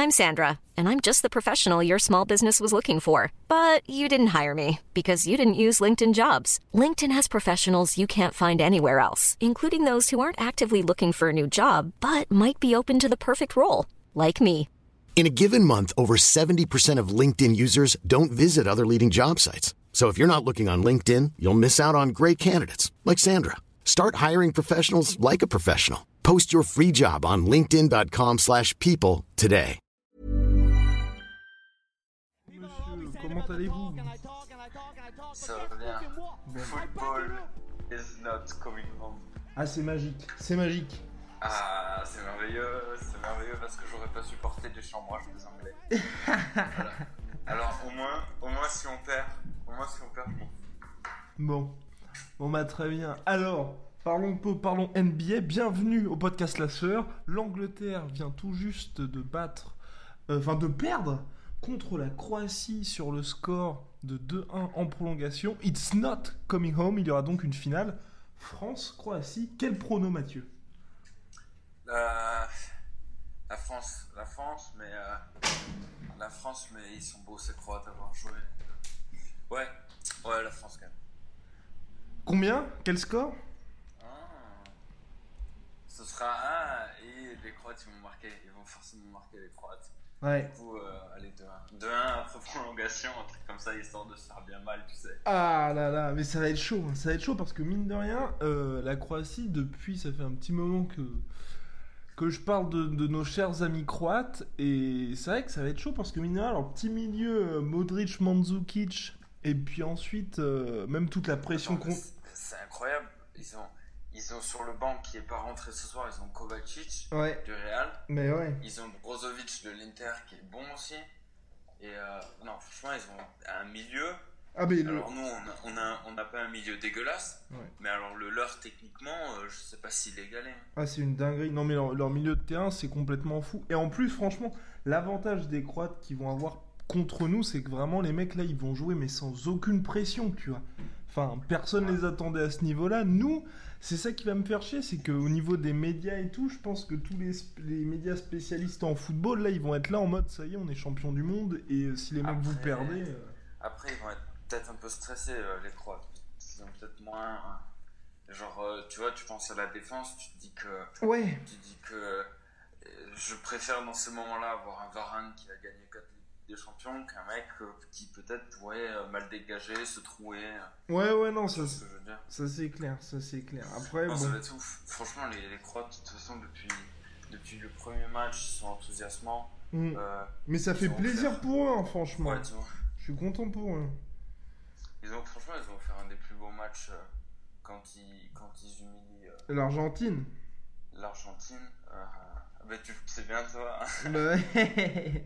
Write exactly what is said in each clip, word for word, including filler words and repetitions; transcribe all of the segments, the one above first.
I'm Sandra, and I'm just the professional your small business was looking for. But you didn't hire me because you didn't use LinkedIn Jobs. LinkedIn has professionals you can't find anywhere else, including those who aren't actively looking for a new job, but might be open to the perfect role, like me. In a given month, over seventy percent of LinkedIn users don't visit other leading job sites. So if you're not looking on LinkedIn, you'll miss out on great candidates like Sandra. Start hiring professionals like a professional. Post your free job on linkedin.com slash people today. Monsieur, comment allez-vous? Ça va bien. Football is not coming home. Ah, c'est magique, c'est magique. Ah, c'est merveilleux, c'est merveilleux parce que j'aurais pas supporté Deschamps, moi, des Anglais. Voilà. Alors, au moins, au moins, si on perd, au moins, si on perd, je m'en fous. Bon, bon bah très bien. Alors, parlons peu, parlons N B A. Bienvenue au podcast La Sœur. L'Angleterre vient tout juste de battre, euh, enfin de perdre contre la Croatie sur le score de deux un en prolongation. It's not coming home. Il y aura donc une finale France-Croatie. Quel prono, Mathieu? Euh, la France, la France, mais euh, la France, mais ils sont beaux ces Croates à avoir joué. Ouais, ouais, la France quand même. Combien? Quel score? Ah, ce sera un et les Croates ils vont marquer, ils vont forcément marquer les Croates. Ouais. Du coup, euh, allez deux un, deux un après prolongation, un truc comme ça histoire de se faire bien mal, tu sais. Ah là là, mais ça va être chaud, hein. Ça va être chaud parce que mine de rien, euh, la Croatie, depuis, ça fait un petit moment que que je parle de, de nos chers amis croates, et c'est vrai que ça va être chaud parce que mine de rien, leur petit milieu, euh, Modric, Mandzukic, et puis ensuite, euh, même toute la pression Attends, qu'on... c'est, c'est incroyable, ils ont, ils ont sur le banc qui est pas rentré ce soir, ils ont Kovacic Ouais. du Real, Mais ouais. ils ont Brozovic de l'Inter qui est bon aussi, et euh, non franchement ils ont un milieu. Ah mais le... Alors nous on a, on a, on n'a pas un milieu dégueulasse, Ouais. mais alors le leur techniquement, euh, je sais pas s'il est égalé. Ah, c'est une dinguerie. Non mais leur, leur milieu de terrain, c'est complètement fou. Et en plus, franchement, l'avantage des Croates qu'ils vont avoir contre nous, c'est que vraiment les mecs là, ils vont jouer mais sans aucune pression, tu vois. Enfin, personne les attendait à ce niveau-là. Nous, c'est ça qui va me faire chier, c'est qu'au niveau des médias et tout, je pense que tous les, les médias spécialistes en football, là, ils vont être là en mode, ça y est, on est champion du monde, et euh, si les mecs Après, vous perdez... euh, Après ils vont être peut-être un peu stressés euh, les Croates. Ils ont peut-être moins... hein. Genre, euh, tu vois, tu penses à la défense, tu te dis que... Ouais. Tu te dis que euh, je préfère dans ces moments-là avoir un Varane qui a gagné quatre Ligues des Champions qu'un mec euh, qui peut-être pourrait euh, mal dégager, se trouer. euh, Ouais, ouais, non, ça, c'est ce que je veux dire. ça c'est clair, ça c'est clair. Après, Non, bon... ça va être ouf. Franchement, les, les Croates, de toute façon, depuis, depuis le premier match, ils sont enthousiasmants. Mm. Euh, Mais ça ils fait ont plaisir offert- pour eux, hein, franchement. Ouais, tu vois. Je suis content pour eux. Ils ont, franchement, ils ont fait un des plus beaux matchs euh, quand, ils, quand ils humilient euh, L'Argentine. l'Argentine. Euh, bah, tu c'est bien toi. Hein. Bah ouais.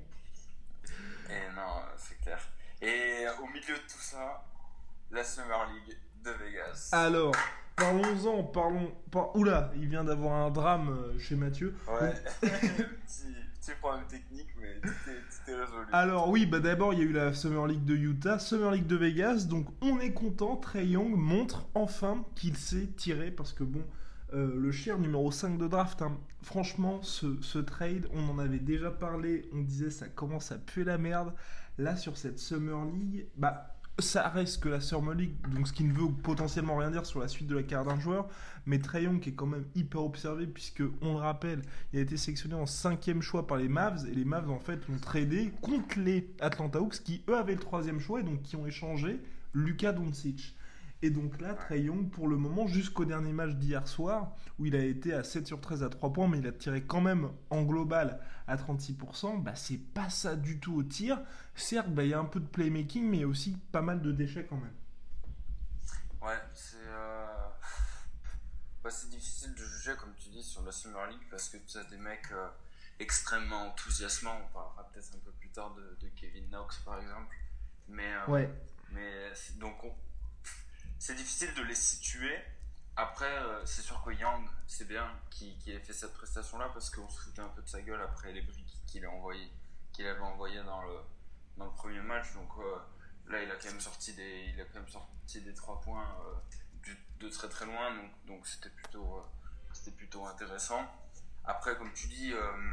Et non, euh, c'est clair. Et euh, au milieu de tout ça, la Summer League de Vegas. Alors, parlons-en, parlons... Par... Oula, il vient d'avoir un drame euh, chez Mathieu. Ouais, petit, petit problème technique, mais tout est, tout est résolu. Alors oui, bah d'abord il y a eu la Summer League de Utah, Summer League de Vegas, donc on est content, Trae Young montre enfin qu'il s'est tiré, parce que bon, euh, le cher numéro cinq de draft, hein, franchement, ce, ce trade, on en avait déjà parlé, on disait ça commence à puer la merde, là sur cette Summer League, bah... ça reste que la Summer League, donc ce qui ne veut potentiellement rien dire sur la suite de la carrière d'un joueur, mais Trae Young qui est quand même hyper observé, puisque on le rappelle, il a été sélectionné en cinquième choix par les Mavs, et les Mavs en fait l'ont tradé contre les Atlanta Hawks, qui eux avaient le troisième choix, et donc qui ont échangé Luka Doncic. Et donc là, Trae Young, pour le moment, jusqu'au dernier match d'hier soir, où il a été à sept sur treize à trois points, mais il a tiré quand même en global à trente-six pour cent, bah c'est pas ça du tout au tir. Certes, bah, il y a un peu de playmaking, mais il y a aussi pas mal de déchets quand même. Ouais, c'est, euh... bah, c'est difficile de juger, comme tu dis, sur la Summer League, parce que tu as des mecs euh, extrêmement enthousiasmants. On parlera peut-être un peu plus tard de, de Kevin Knox, par exemple. Mais, euh, Ouais. mais c'est, donc, on... c'est difficile de les situer. Après, euh, c'est sûr que Young, c'est bien qu'il, qu'il ait fait cette prestation-là, parce qu'on se foutait un peu de sa gueule après les briques qu'il a envoyé, qu'il avait envoyé dans le, dans le premier match. Donc euh, là, il a quand même sorti des, il a quand même sorti des trois points euh, du, de très très loin. Donc, donc c'était plutôt, euh, c'était plutôt intéressant. Après, comme tu dis, euh,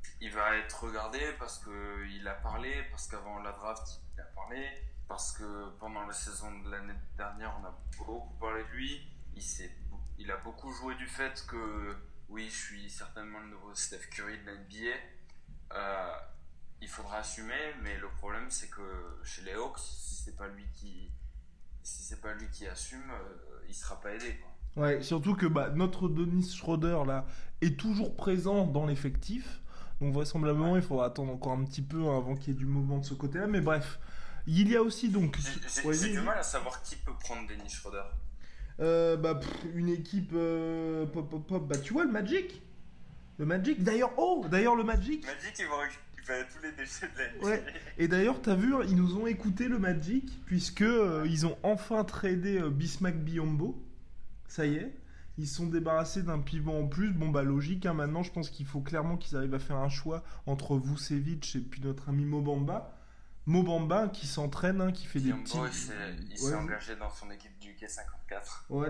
il va être regardé parce qu'il a parlé, parce qu'avant la draft, il a parlé, parce que pendant la saison de l'année dernière, on a beaucoup parlé de lui. Il, s'est, il a beaucoup joué du fait que, oui, je suis certainement le nouveau Steph Curry de l'N B A. Euh, il faudra assumer, mais le problème, c'est que chez les Hawks, si c'est pas lui qui, si c'est pas lui qui assume, euh, il sera pas aidé, quoi. Ouais, surtout que bah, notre Dennis Schroeder là est toujours présent dans l'effectif. Donc vraisemblablement, Ouais. il faudra attendre encore un petit peu hein, avant qu'il y ait du mouvement de ce côté-là. Mais bref, il y a aussi donc... J'ai, j'ai, Ouais, j'ai du vas-y. mal à savoir qui peut prendre Dennis Schroeder. Euh, bah, pff, une équipe... euh, pop, pop, pop. Bah, tu vois, le Magic. Le Magic. D'ailleurs, oh, d'ailleurs, le Magic. Il m'a dit qu'il va récupérer tous les déchets de la N B A. Ouais. Et d'ailleurs, t'as vu, ils nous ont écouté le Magic, puisque euh, ils ont enfin tradé euh, Bismack Biyombo. Ça y est. Ils se sont débarrassés d'un pivot en plus. Bon, bah, logique, hein, maintenant, je pense qu'il faut clairement qu'ils arrivent à faire un choix entre Vucevic et puis notre ami Mobamba. Mobamba qui s'entraîne, hein, qui fait des Biyombo, petits... il s'est, il Ouais. s'est engagé dans son équipe du K cinquante-quatre. Ouais.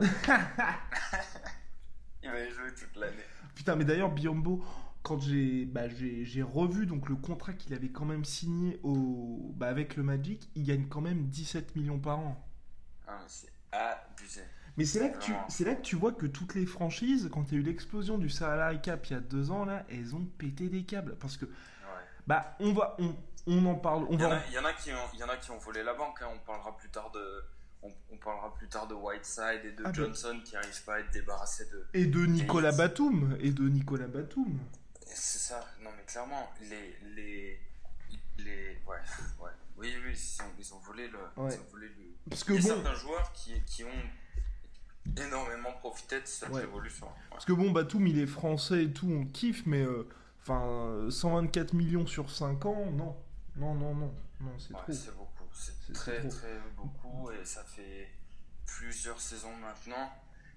Il va y jouer toute l'année. Putain, mais d'ailleurs, Biyombo, quand j'ai, bah, j'ai, j'ai revu donc, le contrat qu'il avait quand même signé au, bah, avec le Magic, il gagne quand même dix-sept millions par an. Ah, mais c'est abusé. Mais c'est là, que tu, Vraiment. c'est là que tu vois que toutes les franchises, quand il y a eu l'explosion du salary cap il y a deux ans, là, elles ont pété des câbles. Parce que, Ouais. bah, on va, on, on en parle, on Il y, en va... a, il, y en a qui ont, il y en a qui ont volé la banque. Hein. On parlera plus tard de, on, on parlera plus tard de Whiteside et de Ah, Johnson qui n'arrivent pas à être débarrassés de. Et de Nicolas Yates. Batum, et de Nicolas Batum. C'est ça. Non mais clairement, les, les, les, ouais, ouais. Oui, oui, ils ont, ils ont volé le, Ouais. ils ont volé le. Parce que Il y a bon... certains joueurs qui, qui ont énormément profité de cette Ouais. révolution. Ouais. Parce que bon, Batum, il est français et tout, on kiffe, mais euh, enfin, cent vingt-quatre millions sur cinq ans, non. Non, non, non, non, c'est Ouais, trop. c'est beaucoup, c'est, C'est- très c'est trop. très beaucoup et ça fait plusieurs saisons maintenant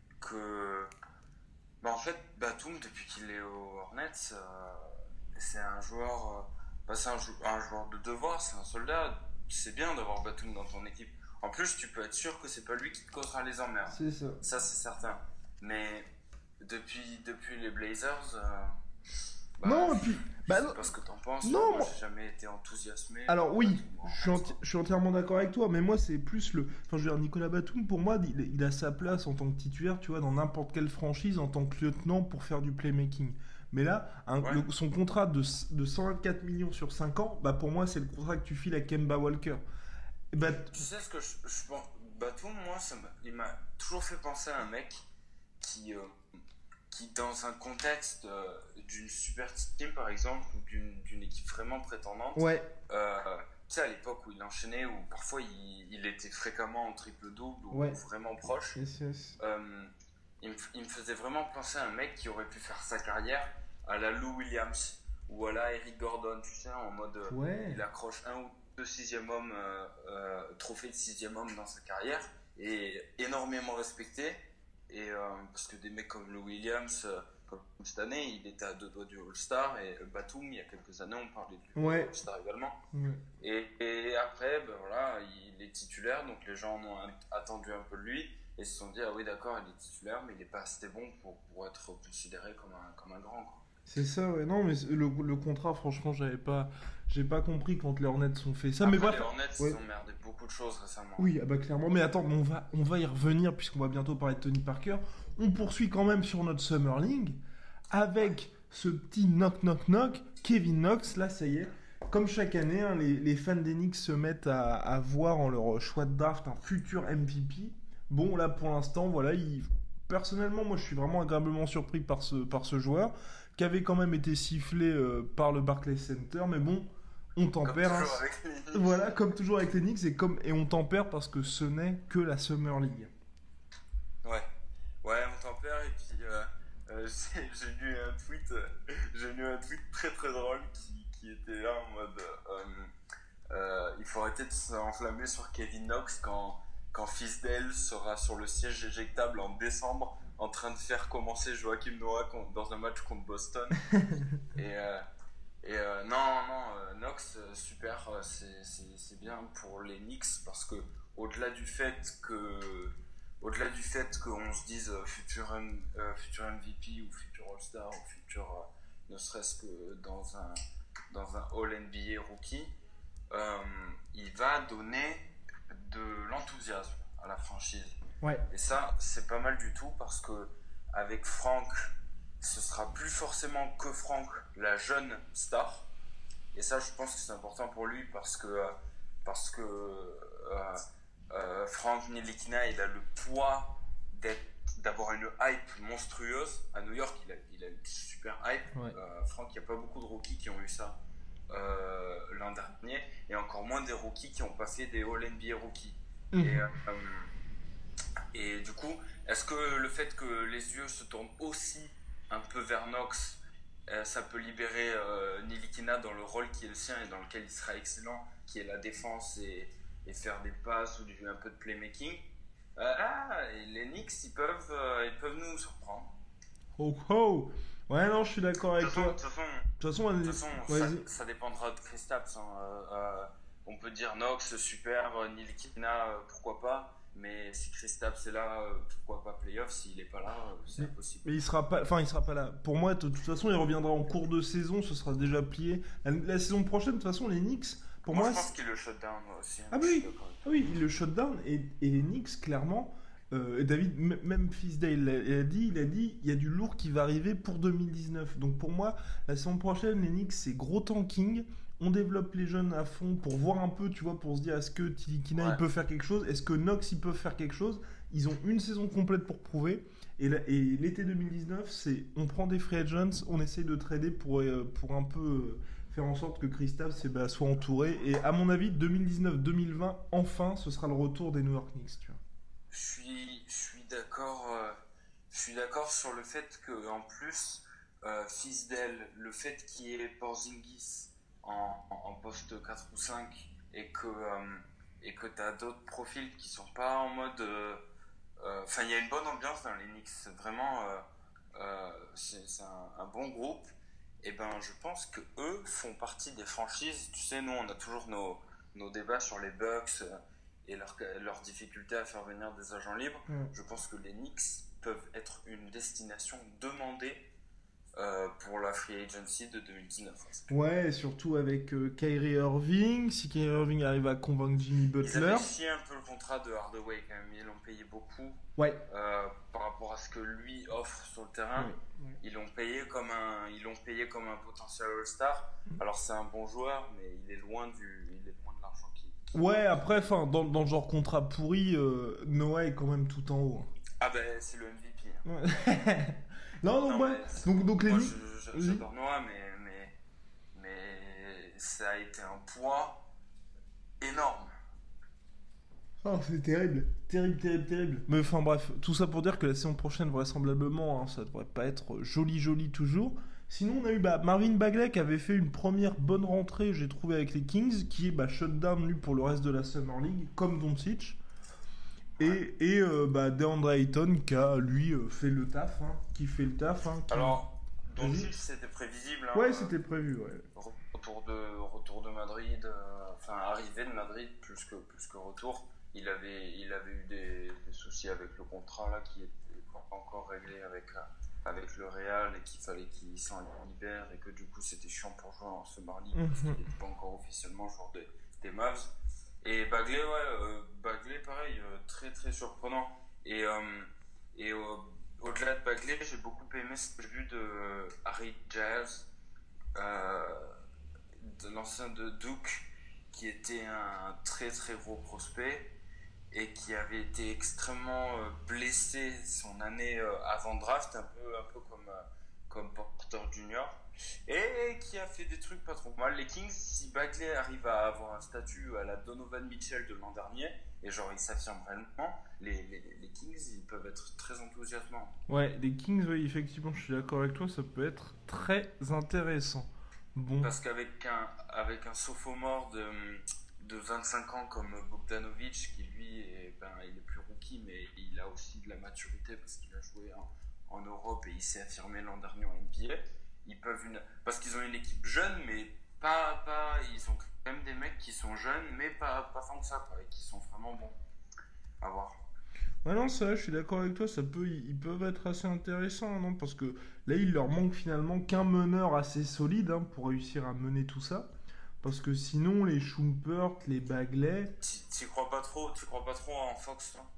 que, bah en fait, Batum depuis qu'il est aux Hornets, euh, c'est un joueur, euh, bah, c'est un, jou- un joueur de devoir, c'est un soldat. C'est bien d'avoir Batum dans ton équipe. En plus, tu peux être sûr que c'est pas lui qui te causera les emmerdes. C'est ça. Ça, c'est certain. Mais depuis depuis les Blazers. euh, Bah, Non, et puis, je bah, sais non- pas ce que t'en penses. non, moi, moi- j'ai jamais été enthousiasmé. Alors par oui, Batum, je suis, en enti- fait. je suis entièrement d'accord avec toi, mais moi c'est plus le... Enfin je veux dire, Nicolas Batum, pour moi, il, il a sa place en tant que titulaire, tu vois, dans n'importe quelle franchise, en tant que lieutenant pour faire du playmaking. Mais là, un- Ouais. le- son contrat de, de cent vingt-quatre millions sur cinq ans, bah pour moi c'est le contrat que tu files à Kemba Walker. Et bah, Tu sais ce que je, je pense. Batum, moi, ça m'a- il m'a toujours fait penser à un mec qui, euh, qui dans un contexte euh, d'une super team, par exemple, ou d'une, d'une équipe vraiment prétendante, ouais, euh, tu sais, à l'époque où il enchaînait, où parfois il, il était fréquemment en triple-double, ou Ouais. vraiment proche, yes, yes. euh, il, me, il me faisait vraiment penser à un mec qui aurait pu faire sa carrière à la Lou Williams ou à la Eric Gordon, tu sais, en mode euh, Ouais. il accroche un ou deux sixième homme, euh, euh, trophées de sixième homme dans sa carrière, et énormément respecté. Et euh, parce que des mecs comme Lou Williams, euh, comme cette année, il était à deux doigts du All-Star, et Batum, il y a quelques années, on parlait du Ouais. All-Star également. Ouais. Et, et après, ben voilà, il est titulaire, donc les gens ont un- attendu un peu de lui et se sont dit ah oui d'accord, il est titulaire, mais il n'est pas assez bon pour, pour être considéré comme un, comme un grand. Quoi. C'est ça, ouais. Non, mais c'est- le, le contrat, franchement, j'avais pas, j'ai pas compris quand les Hornets ont fait ça. Après, mais bref. les Hornets, ouais. ils ont merdé beaucoup de choses récemment. Oui, ah bah clairement. Mais attends, mais on va, on va y revenir puisqu'on va bientôt parler de Tony Parker. On poursuit quand même sur notre Summer League avec ce petit knock knock knock, Kevin Knox. Là, ça y est. Comme chaque année, hein, les, les fans des Knicks se mettent à, à voir en leur choix de draft un futur M V P. Bon, là pour l'instant, voilà, il... personnellement, moi je suis vraiment agréablement surpris par ce, par ce joueur qui avait quand même été sifflé euh, par le Barclays Center. Mais bon, on Comme tempère. toujours hein. avec les Knicks. Voilà, comme toujours avec les Knicks, et, comme... et on tempère parce que ce n'est que la Summer League. Ouais, ouais, on tempère et puis euh, euh, j'ai, j'ai lu un tweet, euh, j'ai lu un tweet très très drôle qui, qui était là en mode euh, euh, il faut arrêter de s'enflammer sur Kevin Knox quand quand Fisdale sera sur le siège éjectable en décembre en train de faire commencer Joachim Noah con- dans un match contre Boston. et euh, et euh, non non euh, Knox euh, super, euh, c'est, c'est c'est bien pour les Knicks parce que au-delà du fait que Au-delà du fait qu'on se dise euh, futur, M- euh, futur M V P ou futur All-Star ou futur euh, ne serait-ce que dans un, dans un All-N B A rookie, euh, il va donner de l'enthousiasme à la franchise. Ouais. Et ça, c'est pas mal du tout parce que avec Frank, ce sera plus forcément que Frank, la jeune star. Et ça, je pense que c'est important pour lui parce que, parce que euh, euh, Frank Ntilikina, il a le poids d'être, d'avoir une hype monstrueuse. À New York, il a, il a une super hype. Ouais. Euh, Frank, il n'y a pas beaucoup de rookies qui ont eu ça euh, l'an dernier. Et encore moins des rookies qui n'ont pas fait des All-N B A rookies. Mmh. Et, euh, et du coup, est-ce que le fait que les yeux se tournent aussi un peu vers Knox, euh, ça peut libérer euh, Ntilikina dans le rôle qui est le sien et dans lequel il sera excellent, qui est la défense et, et faire des passes ou du, un peu de playmaking. Euh, ah, et les Knicks, ils peuvent, euh, ils peuvent nous surprendre. Oh oh. Ouais, non, je suis d'accord avec toi. De toute façon, de toute façon, de toute façon ça, ça dépendra de Kristaps. Hein. Euh, euh, on peut dire Knox, super, Ntilikina, pourquoi pas. Mais si Kristaps est là, pourquoi pas playoff? S'il n'est pas là, c'est impossible. Mais il sera pas, enfin il sera pas là. Pour moi, de toute façon, il reviendra en cours de saison. Ce sera déjà plié. La, la saison prochaine, de toute façon, les Knicks. Pour moi, moi je pense qu'il le shutdown aussi. Ah oui, ah oui, il le shutdown et, et les Knicks clairement. Euh, David, m- même Fisdale l'a dit, il a dit, il y a du lourd qui va arriver pour deux mille dix-neuf. Donc pour moi, la saison prochaine, les Knicks, c'est gros tanking. On développe les jeunes à fond pour voir un peu, tu vois, pour se dire est-ce que Ntilikina ouais. il peut faire quelque chose, est-ce que Knox il peut faire quelque chose. Ils ont une saison complète pour prouver. Et, la, et l'été deux mille dix-neuf, c'est on prend des free agents, on essaye de trader pour, euh, pour un peu euh, faire en sorte que Kristaps eh ben, soit entouré. Et à mon avis, deux mille dix-neuf deux mille vingt, enfin, ce sera le retour des New York Knicks, tu vois. Je suis, je suis d'accord. Euh, je suis d'accord sur le fait que en plus, euh, Fisdale, le fait qu'il y ait Porzingis en, en, en poste quatre ou cinq et que euh, et que t'as d'autres profils qui sont pas en mode. Enfin, euh, il y a une bonne ambiance dans les Knicks. C'est vraiment, euh, euh, c'est, c'est un, un bon groupe. Et ben, je pense que eux font partie des franchises. Tu sais, nous, on a toujours nos nos débats sur les Bucks. Euh, et leur, leur difficulté à faire venir des agents libres, mmh. je pense que les Knicks peuvent être une destination demandée euh, pour la free agency de deux mille dix-neuf. Ouais, et surtout avec euh, Kyrie Irving, si Kyrie Irving arrive à convaincre Jimmy Butler. Ils avaient chié un peu le contrat de Hardaway quand même, ils l'ont payé beaucoup ouais. euh, par rapport à ce que lui offre sur le terrain. Ouais. Ouais. Ils l'ont payé comme un, ils l'ont payé comme un potentiel All-Star. Mmh. Alors c'est un bon joueur, mais il est loin du, il est loin de l'argent qu'il. Ouais, après, enfin, dans, dans le genre contrat pourri, euh, Noah est quand même tout en haut. Ah ben, c'est le M V P. Hein. Ouais. non, non, non ouais. donc, donc les moi, je, je, j'adore Noah, mais, mais, mais ça a été un poids énorme. Oh, c'est terrible, terrible, terrible, terrible. Mais enfin bref, tout ça pour dire que la saison prochaine, vraisemblablement, hein, ça devrait pas être joli, joli toujours. Sinon, on a eu bah, Marvin Bagley qui avait fait une première bonne rentrée, j'ai trouvé, avec les Kings, qui est bah, shutdown lui pour le reste de la Summer League, comme Doncic. Et, et euh, bah, DeAndre Ayton qui a, lui, euh, fait le taf, hein, qui fait le taf. Hein, qui... Alors, Doncic, c'était prévisible. Hein, ouais, c'était prévu, ouais. Retour de, retour de Madrid, euh, enfin, arrivée de Madrid, plus que, plus que retour. Il avait, il avait eu des, des soucis avec le contrat, là, qui était pas encore réglé avec... Euh, avec le Real et qu'il fallait qu'il s'en libère et que du coup c'était chiant pour jouer en Summer League parce qu'il n'était pas encore officiellement joueur des, des Mavs. Et Bagley, ouais, euh, Bagley pareil, euh, très très surprenant. Et, euh, et euh, au-delà de Bagley, j'ai beaucoup aimé ce que j'ai vu de euh, Harry Giles, euh, de l'ancien de Duke, qui était un très très gros prospect et qui avait été extrêmement euh, blessé son année euh, avant draft, un peu, un peu comme, euh, comme Porter Junior, et qui a fait des trucs pas trop mal. Les Kings, si Bagley arrive à avoir un statut à la Donovan Mitchell de l'an dernier, et genre il s'affirme réellement, les, les, les Kings ils peuvent être très enthousiasmants. Ouais, les Kings, oui, effectivement, je suis d'accord avec toi, ça peut être très intéressant. Bon. Parce qu'avec un, avec un sophomore de... de vingt-cinq ans comme Bogdanovic, qui lui est, ben, il est plus rookie, mais il a aussi de la maturité parce qu'il a joué en, en Europe et il s'est affirmé l'an dernier en N B A. Ils peuvent une, parce qu'ils ont une équipe jeune, mais pas, pas, ils ont quand même des mecs qui sont jeunes, mais pas, pas tant que ça, quoi, et qui sont vraiment bons à voir. Ah non, ça, je suis d'accord avec toi, ça peut, ils peuvent être assez intéressants, non? Parce que là, il leur manque finalement qu'un meneur assez solide hein, pour réussir à mener tout ça. Parce que sinon, les Schumpert, les Bagley... Tu tu crois pas trop, tu crois pas trop en Fox, toi?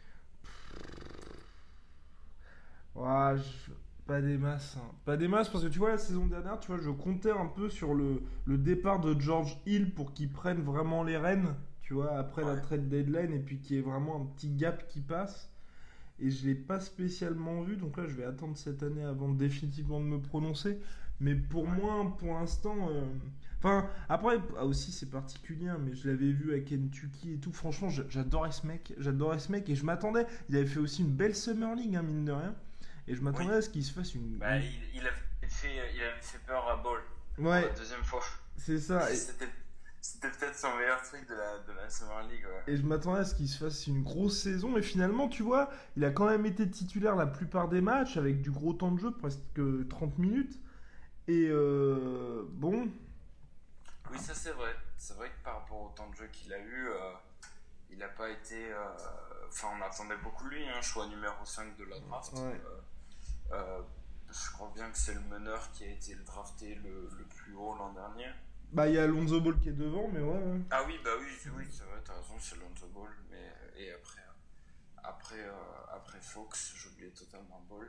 Ouah, je- pas des masses. hein. Pas des masses, parce que tu vois, la saison dernière, tu vois, je comptais un peu sur le, le départ de George Hill pour qu'il prenne vraiment les rênes, tu vois, après la Ouais. trade deadline, et puis qu'il y ait vraiment un petit gap qui passe. Et je l'ai pas spécialement vu, donc là, je vais attendre cette année avant de définitivement de me prononcer. Mais pour Ouais. moi, pour l'instant... euh, Enfin, après, ah, aussi, c'est particulier, hein, mais je l'avais vu à Kentucky et tout. Franchement, j'a- j'adorais ce mec. J'adorais ce mec, et je m'attendais... Il avait fait aussi une belle Summer League, hein, mine de rien. Et je m'attendais Oui. à ce qu'il se fasse une... Bah, une- il, il avait fait, il avait fait peur à Ball pour Ouais, la deuxième fois. c'est ça. Et, C'était, c'était peut-être son meilleur truc de la, de la Summer League, ouais. et je m'attendais à ce qu'il se fasse une grosse saison. Et finalement, tu vois, il a quand même été titulaire la plupart des matchs, avec du gros temps de jeu, presque trente minutes. Et euh, bon... Oui, ça c'est vrai. C'est vrai que par rapport au temps de jeu qu'il a eu, euh, il n'a pas été. euh, Enfin, on attendait beaucoup de lui, hein, choix numéro cinq de la draft. Ouais. Euh, euh, je crois bien que c'est le meneur qui a été drafté le, le plus haut l'an dernier. Bah, il y a Alonso Ball qui est devant, mais ouais, ouais. Ah oui, bah oui, oui, c'est vrai, t'as raison, c'est Lonzo Ball. Mais, et après, euh, après, euh, après Fox, j'oubliais totalement Ball.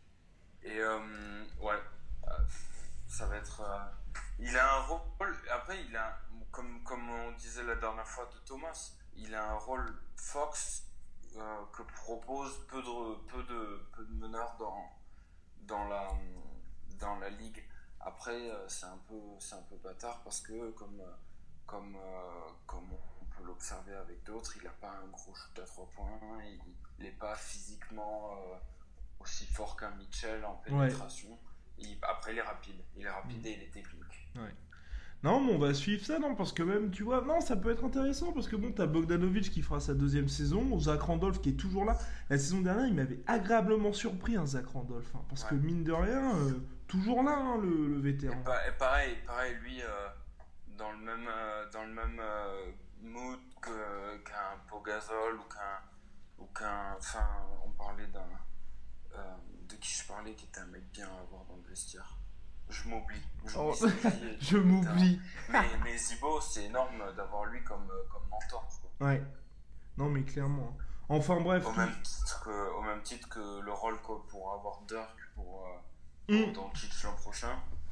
Et euh, ouais, euh, ça va être. euh, il a un rôle. Après, il a, comme, comme on disait la dernière fois de Thomas, il a un rôle Fox euh, que propose peu de, peu de, peu de meneurs dans, dans, la, dans la ligue. Après, euh, c'est un peu, c'est un peu bâtard parce que, comme, euh, comme, euh, comme on peut l'observer avec d'autres, il n'a pas un gros shoot à trois points, il n'est pas physiquement euh, aussi fort qu'un Mitchell en pénétration. Il- après, il est rapide, il est rapide et il est technique. Ouais. Non, mais on va suivre ça, non, parce que même, tu vois, non, ça peut être intéressant, parce que bon, t'as Bogdanovic qui fera sa deuxième saison, Zach Randolph qui est toujours là. La saison dernière, il m'avait agréablement surpris, hein, Zach Randolph, hein, parce Ouais. que mine de rien, euh, toujours là, hein, le, le Et, vétéran. pa- et pareil, pareil, lui, euh, dans le même, euh, dans le même euh, mood que, qu'un Pogazol ou qu'un, ou qu'un, enfin, on parlait d'un, euh, de qui je parlais, qui était un mec bien à avoir dans le vestiaire. Je m'oublie. Oh, J'oublie ce qu'il- je m'oublie. Mais, mais Zibo, c'est énorme d'avoir lui comme, euh, comme mentor, quoi. Ouais. Non, mais clairement. hein. Enfin, bref. Au tout- même titre que, au même titre que le rôle que pour avoir Dirk pour, euh, pour Mm. dans Kitsch l'an prochain.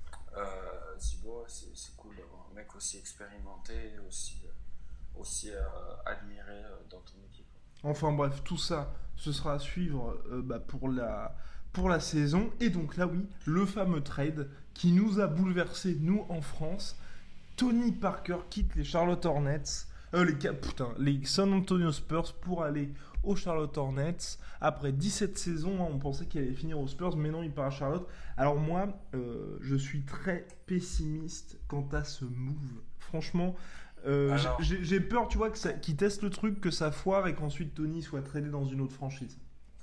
Euh, Zibo, c'est, c'est cool d'avoir un mec aussi expérimenté et aussi, euh, aussi euh, admiré euh, dans ton équipe. Enfin bref, tout ça, ce sera à suivre euh, bah, pour, la, pour la saison. Et donc là, oui, le fameux trade qui nous a bouleversé, nous, en France. Tony Parker quitte les Charlotte Hornets, euh, les, ca- putain, les San Antonio Spurs pour aller aux Charlotte Hornets. Après dix-sept saisons, hein, on pensait qu'il allait finir aux Spurs, mais non, il part à Charlotte. Alors moi, euh, je suis très pessimiste quant à ce move. Franchement, euh, Alors- j'ai j'ai peur, tu vois, que ça- qu'il teste le truc, que ça foire et qu'ensuite Tony soit tradé dans une autre franchise.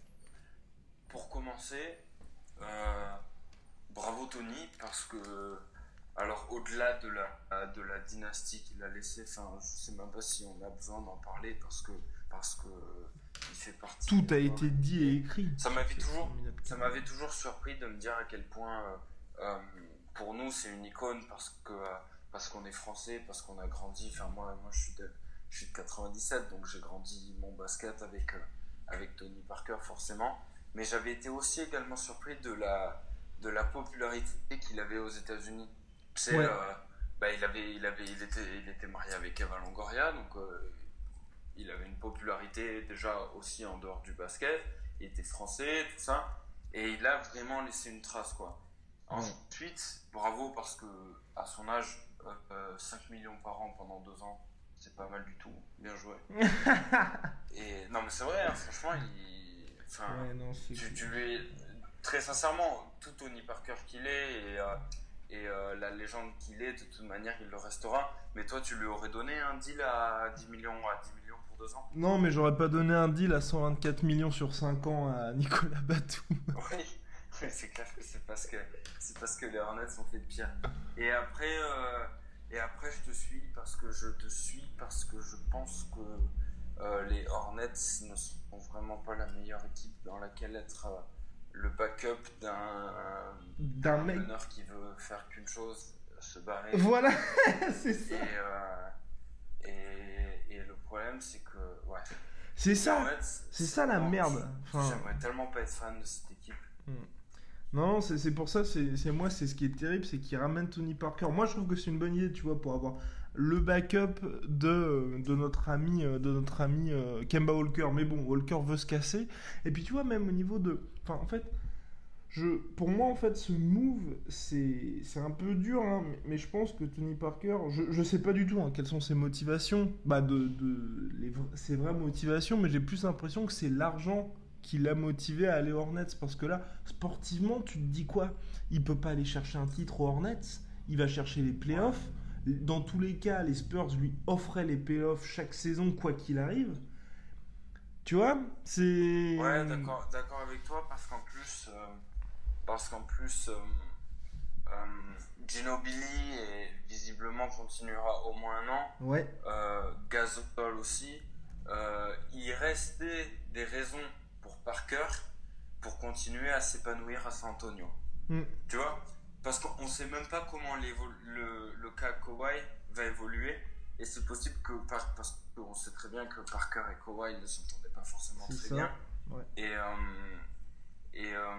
Pour commencer, euh, bravo Tony, parce que, alors au-delà de la, de la dynastie qu'il a laissée, enfin, je sais même pas si on a besoin d'en parler, parce que, parce que il fait partie. Tout a de- été dit et écrit. Ça m'avait C'est toujours, formidable. ça m'avait toujours surpris de me dire à quel point, euh, euh, pour nous, c'est une icône parce que, euh, parce qu'on est français, parce qu'on a grandi. Enfin, moi, moi, je suis de, je suis de quatre-vingt-dix-sept, donc j'ai grandi mon basket avec, euh, avec Tony Parker, forcément. Mais j'avais été aussi également surpris de la, de la popularité qu'il avait aux États-Unis. Tu sais, Ouais. euh, bah, il avait, il avait, il était, il était marié avec Eva Longoria, donc. Euh, il avait une popularité déjà aussi en dehors du basket, il était français, tout ça, et il a vraiment laissé une trace, quoi. Ensuite, bravo, parce que à son âge, euh, euh, cinq millions par an pendant deux ans, c'est pas mal du tout, bien joué. Et non mais c'est vrai, hein, franchement, il... enfin, Ouais, non, c'est tu, cool. tu lui es... très sincèrement, tout Tony Parker qu'il est, et, euh, et euh, la légende qu'il est, de toute manière, il le restera. Mais toi, tu lui aurais donné un deal à dix millions, à dix millions pour deux ans? Non, mais j'aurais pas donné un deal à cent vingt-quatre millions sur cinq ans à Nicolas Batum. Oui, mais c'est clair que c'est parce que c'est parce que les Hornets ont fait de pire. Et après, euh, et après, je te suis parce que je te suis parce que je pense que euh, les Hornets ne sont vraiment pas la meilleure équipe dans laquelle être euh, le backup d'un, d'un d'un mec meneur qui veut faire qu'une chose, se barrer. Voilà, c'est ça. Et, euh, et, et le problème, c'est que, ouais. C'est ça, Hornets, c'est ça la vraiment- merde. Enfin, J'aimerais tellement pas être fan de cette équipe. non, c'est, c'est pour ça, c'est, c'est moi, c'est ce qui est terrible, c'est qu'il ramène Tony Parker. Moi, je trouve que c'est une bonne idée, tu vois, pour avoir le backup de, de notre ami, euh, de notre ami euh, Kemba Walker. Mais bon, Walker veut se casser. Et puis, tu vois, même au niveau de... Enfin, en fait, je, pour moi, en fait, ce move, c'est, c'est un peu dur, hein, mais, mais je pense que Tony Parker, je, je sais pas du tout hein, quelles sont ses motivations, bah, de, de, les, vra- ses vraies motivations, mais j'ai plus l'impression que c'est l'argent qui l'a motivé à aller aux Hornets, parce que là, sportivement, tu te dis quoi? Il peut pas aller chercher un titre aux Hornets, il va chercher les playoffs. Dans tous les cas, les Spurs lui offraient les playoffs chaque saison, quoi qu'il arrive. Tu vois, c'est... Ouais, d'accord, d'accord avec toi, parce qu'en plus, euh, parce qu'en plus, euh, euh, Ginobili est, visiblement continuera au moins un an. Ouais, Euh, Gasol aussi. Euh, il restait des raisons pour Parker pour continuer à s'épanouir à San Antonio. Mm. Tu vois? Parce qu'on ne sait même pas comment le, le cas Kawhi va évoluer. Et c'est possible que, par, parce qu'on sait très bien que Parker et Kawhi ne s'entendaient pas forcément c'est très ça. bien. Ouais. Et, euh, et euh,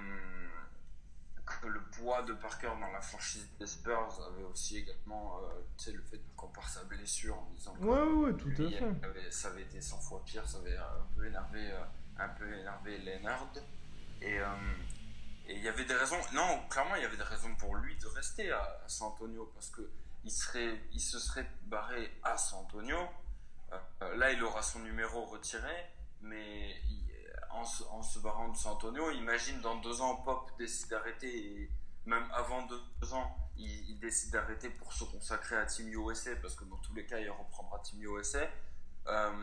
que le poids de Parker dans la franchise des Spurs avait aussi également euh, tu sais, le fait qu'on compare sa blessure en disant que Ouais, ouais, ouais, tout lui, à fait. avait- ça avait été cent fois pire, ça avait un peu énervé, euh, un peu énervé Leonard. Et euh, et il y avait des raisons, non, clairement il y avait des raisons pour lui de rester à, à San Antonio parce que il serait, il se serait barré à San Antonio. Euh, là, il aura son numéro retiré, mais il, en, se, en se barrant de San Antonio, imagine dans deux ans, Pop décide d'arrêter, et même avant deux ans, il, il décide d'arrêter pour se consacrer à Team U S A, parce que dans tous les cas, il reprendra Team U S A. Euh,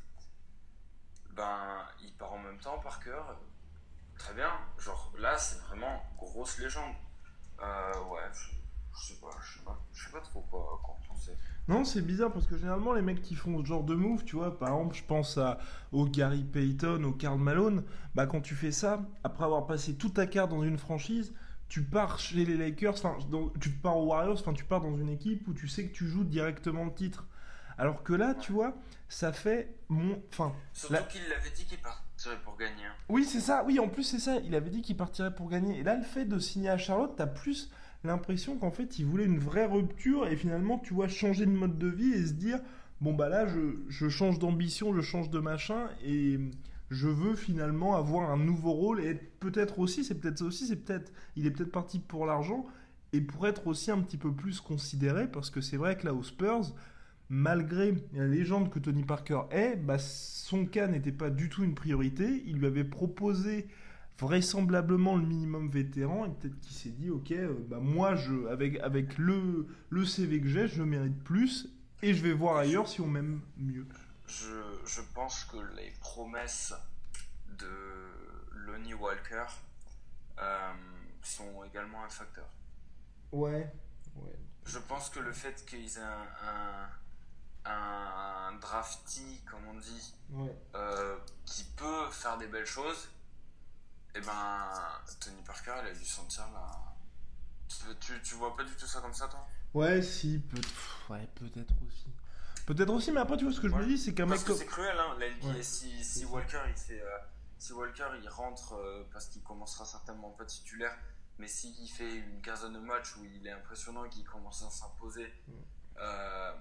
ben, il part en même temps, Parker. Très bien, genre là, c'est vraiment grosse légende. Euh, ouais, je, je sais pas, je sais pas, je sais pas trop quoi, quoi en penser. Non, c'est bizarre parce que généralement les mecs qui font ce genre de move, tu vois, par exemple, je pense à, au Gary Payton, au Karl Malone, bah quand tu fais ça, après avoir passé toute ta carte dans une franchise, tu pars chez les Lakers, enfin, dans- tu pars aux Warriors, enfin, tu pars dans une équipe où tu sais que tu joues directement le titre. Alors que là, tu vois, ça fait mon, enfin, Surtout là- qu'il l'avait dit qu'il partirait pour gagner. hein. oui, c'est ça. Oui, en plus, c'est ça. Il avait dit qu'il partirait pour gagner. Et là, le fait de signer à Charlotte, t'as plus l'impression qu'en fait, il voulait une vraie rupture et finalement, tu vois, changer de mode de vie et se dire, bon, bah là, je, je change d'ambition, je change de machin et je veux finalement avoir un nouveau rôle et être peut-être aussi, c'est peut-être ça aussi, c'est peut-être, il est peut-être parti pour l'argent et pour être aussi un petit peu plus considéré parce que c'est vrai que là, aux Spurs, malgré la légende que Tony Parker est, bah, son cas n'était pas du tout une priorité. Il lui avait proposé vraisemblablement le minimum vétéran et peut-être qu'il s'est dit ok, euh, bah, moi je, avec, avec le, le C V que j'ai, je mérite plus et je vais voir ailleurs si on m'aime mieux. Je, je pense que les promesses de Lonnie Walker euh, sont également un facteur. Ouais, ouais. Je pense que le fait qu'ils aient un, un, un drafty, comme on dit, Ouais. euh, qui peut faire des belles choses, et ben Tony Parker, il a dû sentir la. Tu, tu, tu vois pas du tout ça comme ça, toi? Ouais, si, peut- pff, ouais, peut-être aussi. Peut-être aussi, mais après, tu vois, ce que je Ouais. me dis, c'est qu'un Parce mec que comme... c'est cruel, hein, la N B A. Ouais, si c'est si ça. Walker, il fait, euh, si Walker, il rentre euh, parce qu'il commencera certainement pas titulaire, mais s'il fait une quinzaine de matchs où il est impressionnant et qu'il commence à s'imposer, Mm. euh,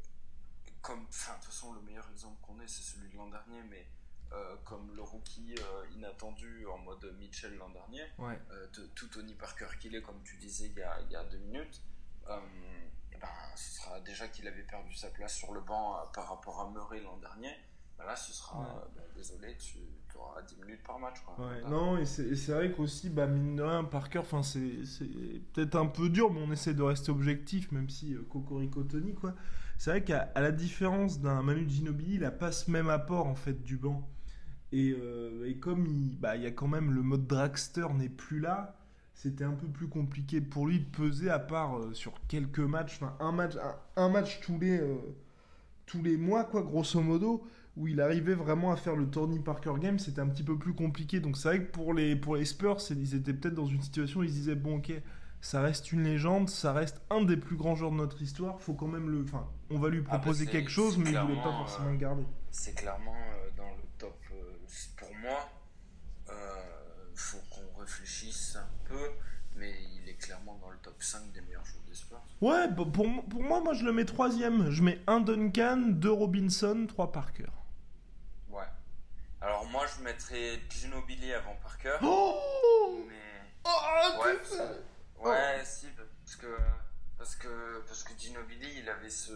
comme, enfin, de toute façon, le meilleur exemple qu'on ait, c'est celui de l'an dernier, mais euh, comme le rookie euh, inattendu en mode Mitchell l'an dernier, Ouais. euh, de, tout Tony Parker qu'il est, comme tu disais il y a, il y a deux minutes, euh, et ben, ce sera déjà qu'il avait perdu sa place sur le banc euh, par rapport à Murray l'an dernier. Ben là, ce sera, Ouais. euh, ben, désolé, tu auras dix minutes par match. Quoi. Ouais, Voilà. non, et c'est, et c'est vrai qu'aussi, bah, mine de rien, Parker, enfin, c'est, c'est peut-être un peu dur, mais on essaie de rester objectif, même si euh, Cocorico Tony, quoi. C'est vrai qu'à à la différence d'un Manu Ginobili, il a pas ce même apport, en fait, du banc. Et, euh, et comme il bah, il y a quand même le mode dragster n'est plus là, c'était un peu plus compliqué pour lui de peser, à part euh, sur quelques matchs, enfin, un match, un, un match tous les, euh, tous les mois, quoi, grosso modo. où il arrivait vraiment à faire le Tony Parker game, c'était un petit peu plus compliqué. Donc c'est vrai que pour les, pour les Spurs, c'est- ils étaient peut-être dans une situation où ils se disaient bon ok, ça reste une légende, ça reste un des plus grands joueurs de notre histoire, faut quand même le, enfin, on va lui Ah bah proposer c'est quelque chose, c'est mais il voulait pas clairement, forcément euh, le garder. c'est clairement euh, dans le top. Euh, c'est- pour moi, euh, faut qu'on réfléchisse un peu, mais il est clairement dans le top cinq des meilleurs joueurs des Spurs. Ouais, bah, pour, mo- pour moi, moi je le mets troisième. Je mets un Duncan, deux Robinson, trois Parker. Ouais. Alors moi, je mettrais Ginobili avant Parker, Oh, mais oh, ouais, t'es parce ça. que, ouais, si, parce que parce que parce que Ginobili, il avait ce,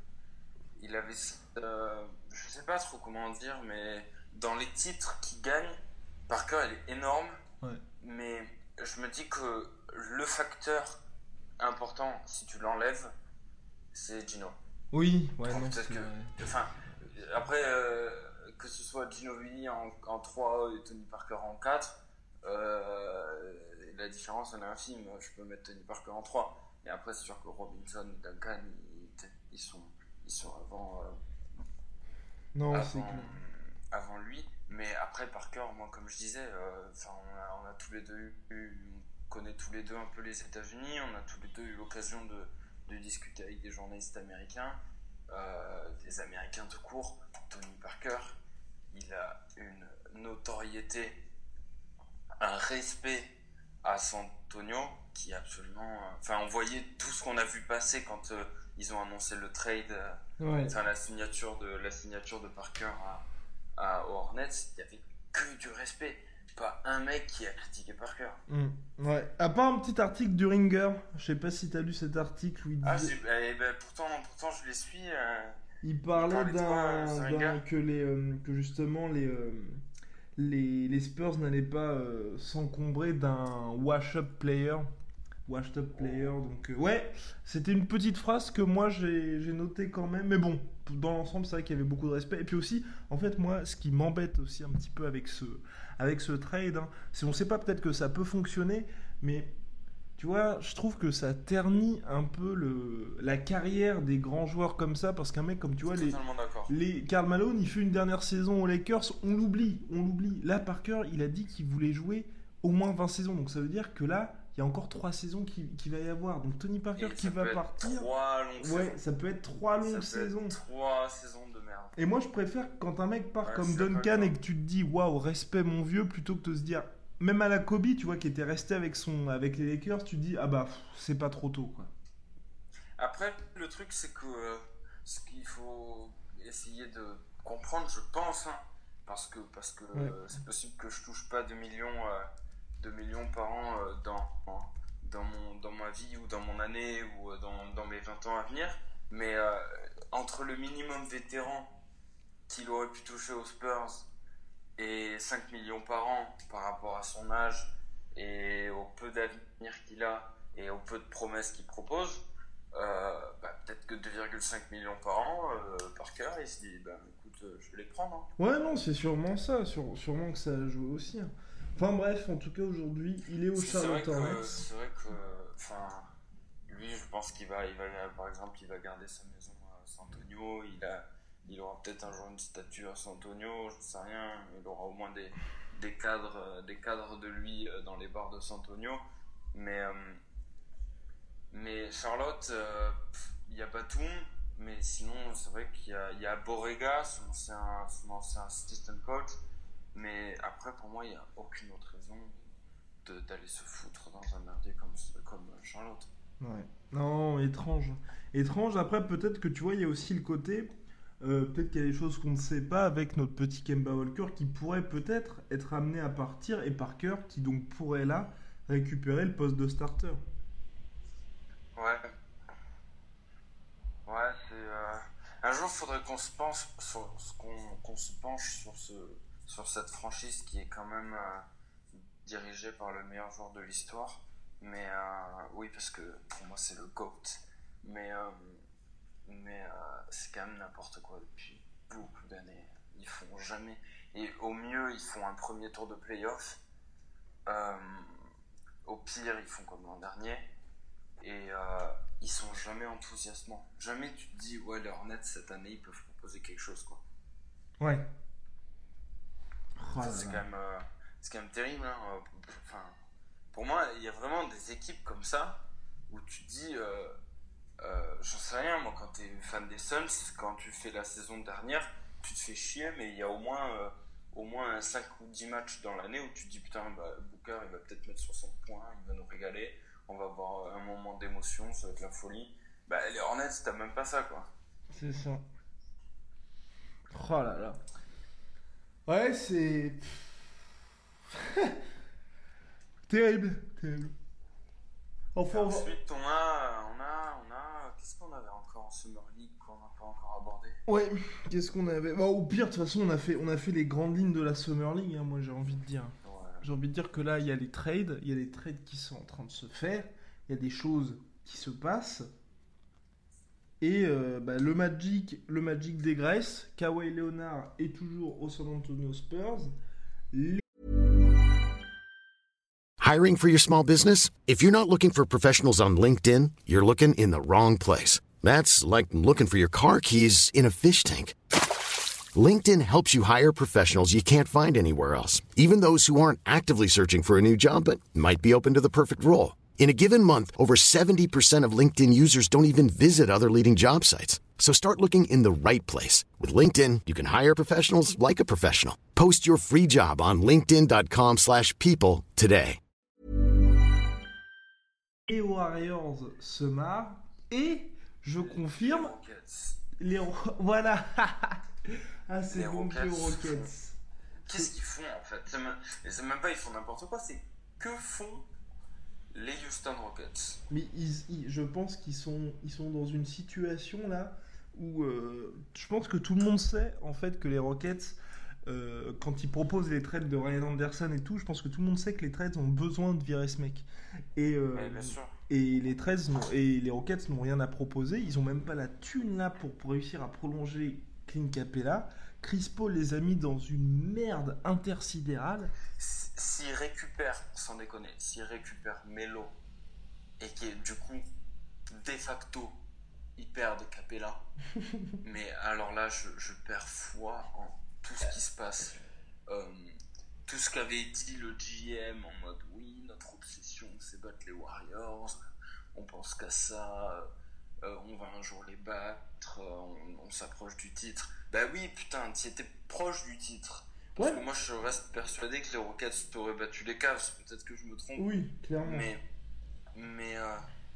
il avait ce, euh, je sais pas trop comment dire, mais dans les titres qu'il gagne, Parker, il est énorme, Ouais. mais je me dis que le facteur important, si tu l'enlèves, c'est Gino. Oui, ouais, Oh, non, peut-être c'est que, vrai. enfin, après, euh, que ce soit Ginobili en, en trois et Tony Parker en quatre, euh, la différence elle est infime. Je peux mettre Tony Parker en trois. Mais après, c'est sûr que Robinson et Duncan, ils, ils, sont, ils sont avant, euh, Non, c'est avant, clair. avant lui. Mais après, Parker, moi, comme je disais, euh, enfin, on, a, on a tous les deux eu, on connaît tous les deux un peu les États-Unis, on a tous les deux eu l'occasion de, de discuter avec des journalistes américains, euh, des Américains tout court. Tony Parker, il a une notoriété, un respect à San Antonio qui est absolument. Enfin, on voyait tout ce qu'on a vu passer quand euh, ils ont annoncé le trade, euh, Ouais. enfin la signature de la signature de Parker à, à aux Hornets. Il y avait que du respect. Pas un mec qui a critiqué Parker. Mm. Ouais. À part un petit article du Ringer, je sais pas si t'as lu cet article où il Ah, disait, j'ai- eh ben, pourtant, pourtant, je les suis. euh, il parlait parlait de quoi, d'un, ce d'un- Ringer que les, euh, que justement les, euh, les, les Spurs n'allaient pas euh, s'encombrer d'un wash-up player. Washed up player, donc euh, ouais, c'était une petite phrase que moi j'ai j'ai notée quand même, mais bon, dans l'ensemble c'est vrai qu'il y avait beaucoup de respect. Et puis aussi, en fait moi, ce qui m'embête aussi un petit peu avec ce, avec ce trade, hein, c'est on sait pas, peut-être que ça peut fonctionner, mais tu vois, je trouve que ça ternit un peu le, la carrière des grands joueurs comme ça, parce qu'un mec comme tu vois, les, Totalement d'accord. les Karl Malone, il fait une dernière saison aux Lakers, on l'oublie, on l'oublie. Là, Parker, il a dit qu'il voulait jouer au moins vingt saisons, donc ça veut dire que là, il y a encore trois saisons qui, qui va y avoir. Donc Tony Parker Et qui ça va peut être partir, Trois longues ouais, saisons. ça peut être trois longues Ça peut saisons. être trois saisons de merde. Et moi, je préfère quand un mec part Ouais, je comme suis d'accord Duncan avec et toi. que tu te dis waouh, respect mon vieux, plutôt que de se dire, même à la Kobe, tu vois, qui était resté avec son, avec les Lakers, tu te dis ah bah pff, c'est pas trop tôt quoi. Après, le truc, c'est que euh, ce qu'il faut essayer de comprendre, je pense, hein, parce que, parce que Ouais. euh, c'est possible que je touche pas deux millions, euh, deux millions par an euh, dans, dans, mon, dans ma vie ou dans mon année ou euh, dans, dans mes vingt ans à venir, mais euh, entre le minimum vétéran qu'il aurait pu toucher aux Spurs et cinq millions par an par rapport à son âge et au peu d'avenir qu'il a et au peu de promesses qu'il propose, euh, bah, peut-être que deux virgule cinq millions par an, euh, Parker, il se dit, bah, écoute, euh, je vais les prendre. Hein. Ouais, non, c'est sûrement ça, sur- sûrement que ça a joué aussi, hein. Enfin bref, en tout cas aujourd'hui, il est au Parce que c'est vrai Charlotte que, Hornets. c'est vrai que, enfin, lui, je pense qu'il va, il va, par exemple, il va garder sa maison à San Antonio. Il a, il aura peut-être un jour une statue à San Antonio, je ne sais rien. Il aura au moins des, des cadres, euh, des cadres de lui euh, dans les bars de San Antonio. Mais, euh, mais Charlotte, euh, pff, il y a Batum, mais sinon, c'est vrai qu'il y a, il y a Borrega, son ancien, son ancien assistant coach. Mais après, pour moi, il n'y a aucune autre raison de, d'aller se foutre dans un merdier comme, comme Charlotte. Ouais. Non, étrange. Étrange, après peut-être que tu vois, il y a aussi le côté, euh, peut-être qu'il y a des choses qu'on ne sait pas avec notre petit Kemba Walker qui pourrait peut-être être amené à partir et Parker qui donc pourrait là récupérer le poste de starter. Ouais. Ouais, c'est. Euh... Un jour, il faudrait qu'on se penche sur, qu'on, qu'on se penche sur, ce, sur cette franchise qui est quand même euh, dirigée par le meilleur joueur de l'histoire. Mais euh, oui, parce que pour moi, c'est le GOAT. Mais, euh, mais euh, c'est quand même n'importe quoi depuis beaucoup d'années. Ils font jamais. Et au mieux, ils font un premier tour de playoff. Euh, au pire, ils font comme l'an dernier. Et euh, ils sont jamais enthousiasmants. Jamais tu te dis, ouais, les Hornets cette année, ils peuvent proposer quelque chose, quoi. Ouais. Oh Ça, là c'est là. quand même, euh, c'est quand même terrible. Hein. Euh, Enfin, pour moi, il y a vraiment des équipes comme ça où tu te dis, euh, euh, j'en sais rien, moi, quand tu es fan des Suns, quand tu fais la saison dernière, tu te fais chier, mais il y a au moins, euh, au moins cinq ou dix matchs dans l'année où tu te dis, putain, bah, Booker, il va peut-être mettre soixante points, il va nous régaler, on va avoir un moment d'émotion, ça va être la folie. Bah, les Hornets, t'as même pas ça, quoi. C'est ça. Oh là là. Ouais, c'est. Terrible. Terrible. Et Enfin, on va- ensuite, on a, on a, on a, qu'est-ce qu'on avait encore en Summer League qu'on n'a pas encore abordé? Ouais, qu'est-ce qu'on avait. Bon, au pire, de toute façon, on a fait, on a fait les grandes lignes de la Summer League, hein, moi j'ai envie de dire. Ouais. J'ai envie de dire que là, il y a les trades, il y a les trades qui sont en train de se faire, il y a des choses qui se passent. Et euh, bah, le Magic, le Magic dégraisse, Kawhi Leonard est toujours au San Antonio Spurs. Les- Hiring for your small business? If you're not looking for professionals on LinkedIn, you're looking in the wrong place. That's like looking for your car keys in a fish tank. LinkedIn helps you hire professionals you can't find anywhere else, even those who aren't actively searching for a new job but might be open to the perfect role. In a given month, over seventy percent of LinkedIn users don't even visit other leading job sites. So start looking in the right place. With LinkedIn, you can hire professionals like a professional. Post your free job on linkedin.com slash people today. Les Warriors se marrent. Et je confirme, Les Rockets. les Ro- voilà. Ah, c'est Les bon que les Rockets. Rockets. Qu'est-ce qu'ils font en fait? C'est même, et c'est même pas ils font n'importe quoi, c'est que font les Houston Rockets. Mais ils- ils- je pense qu'ils sont, ils sont dans une situation là où euh, je pense que tout le monde sait en fait que les Rockets, euh, quand ils proposent les trades de Ryan Anderson et tout, je pense que tout le monde sait que les trades ont besoin de virer ce mec. Et, euh, Ouais, bien sûr. et les trades n'ont- et les Rockets n'ont rien à proposer. Ils ont même pas la thune là pour, pour réussir à prolonger Clint Capella. Chris Paul les a mis dans une merde intersidérale. S- S'ils récupèrent, sans déconner, s'ils récupèrent Melo et qui du coup, de facto, ils perdent Capella. Mais alors là, je, je perds foi en tout ce qui se passe. Euh, tout ce qu'avait dit le G M en mode oui, notre obsession c'est battre les Warriors, on pense qu'à ça, euh, on va un jour les battre, euh, on, on s'approche du titre. Bah oui, putain, tu étais proche du titre. Parce Ouais. que moi je reste persuadé que les Rockets t'auraient battu les Cavs, peut-être que je me trompe. Oui, clairement. Mais, mais, euh,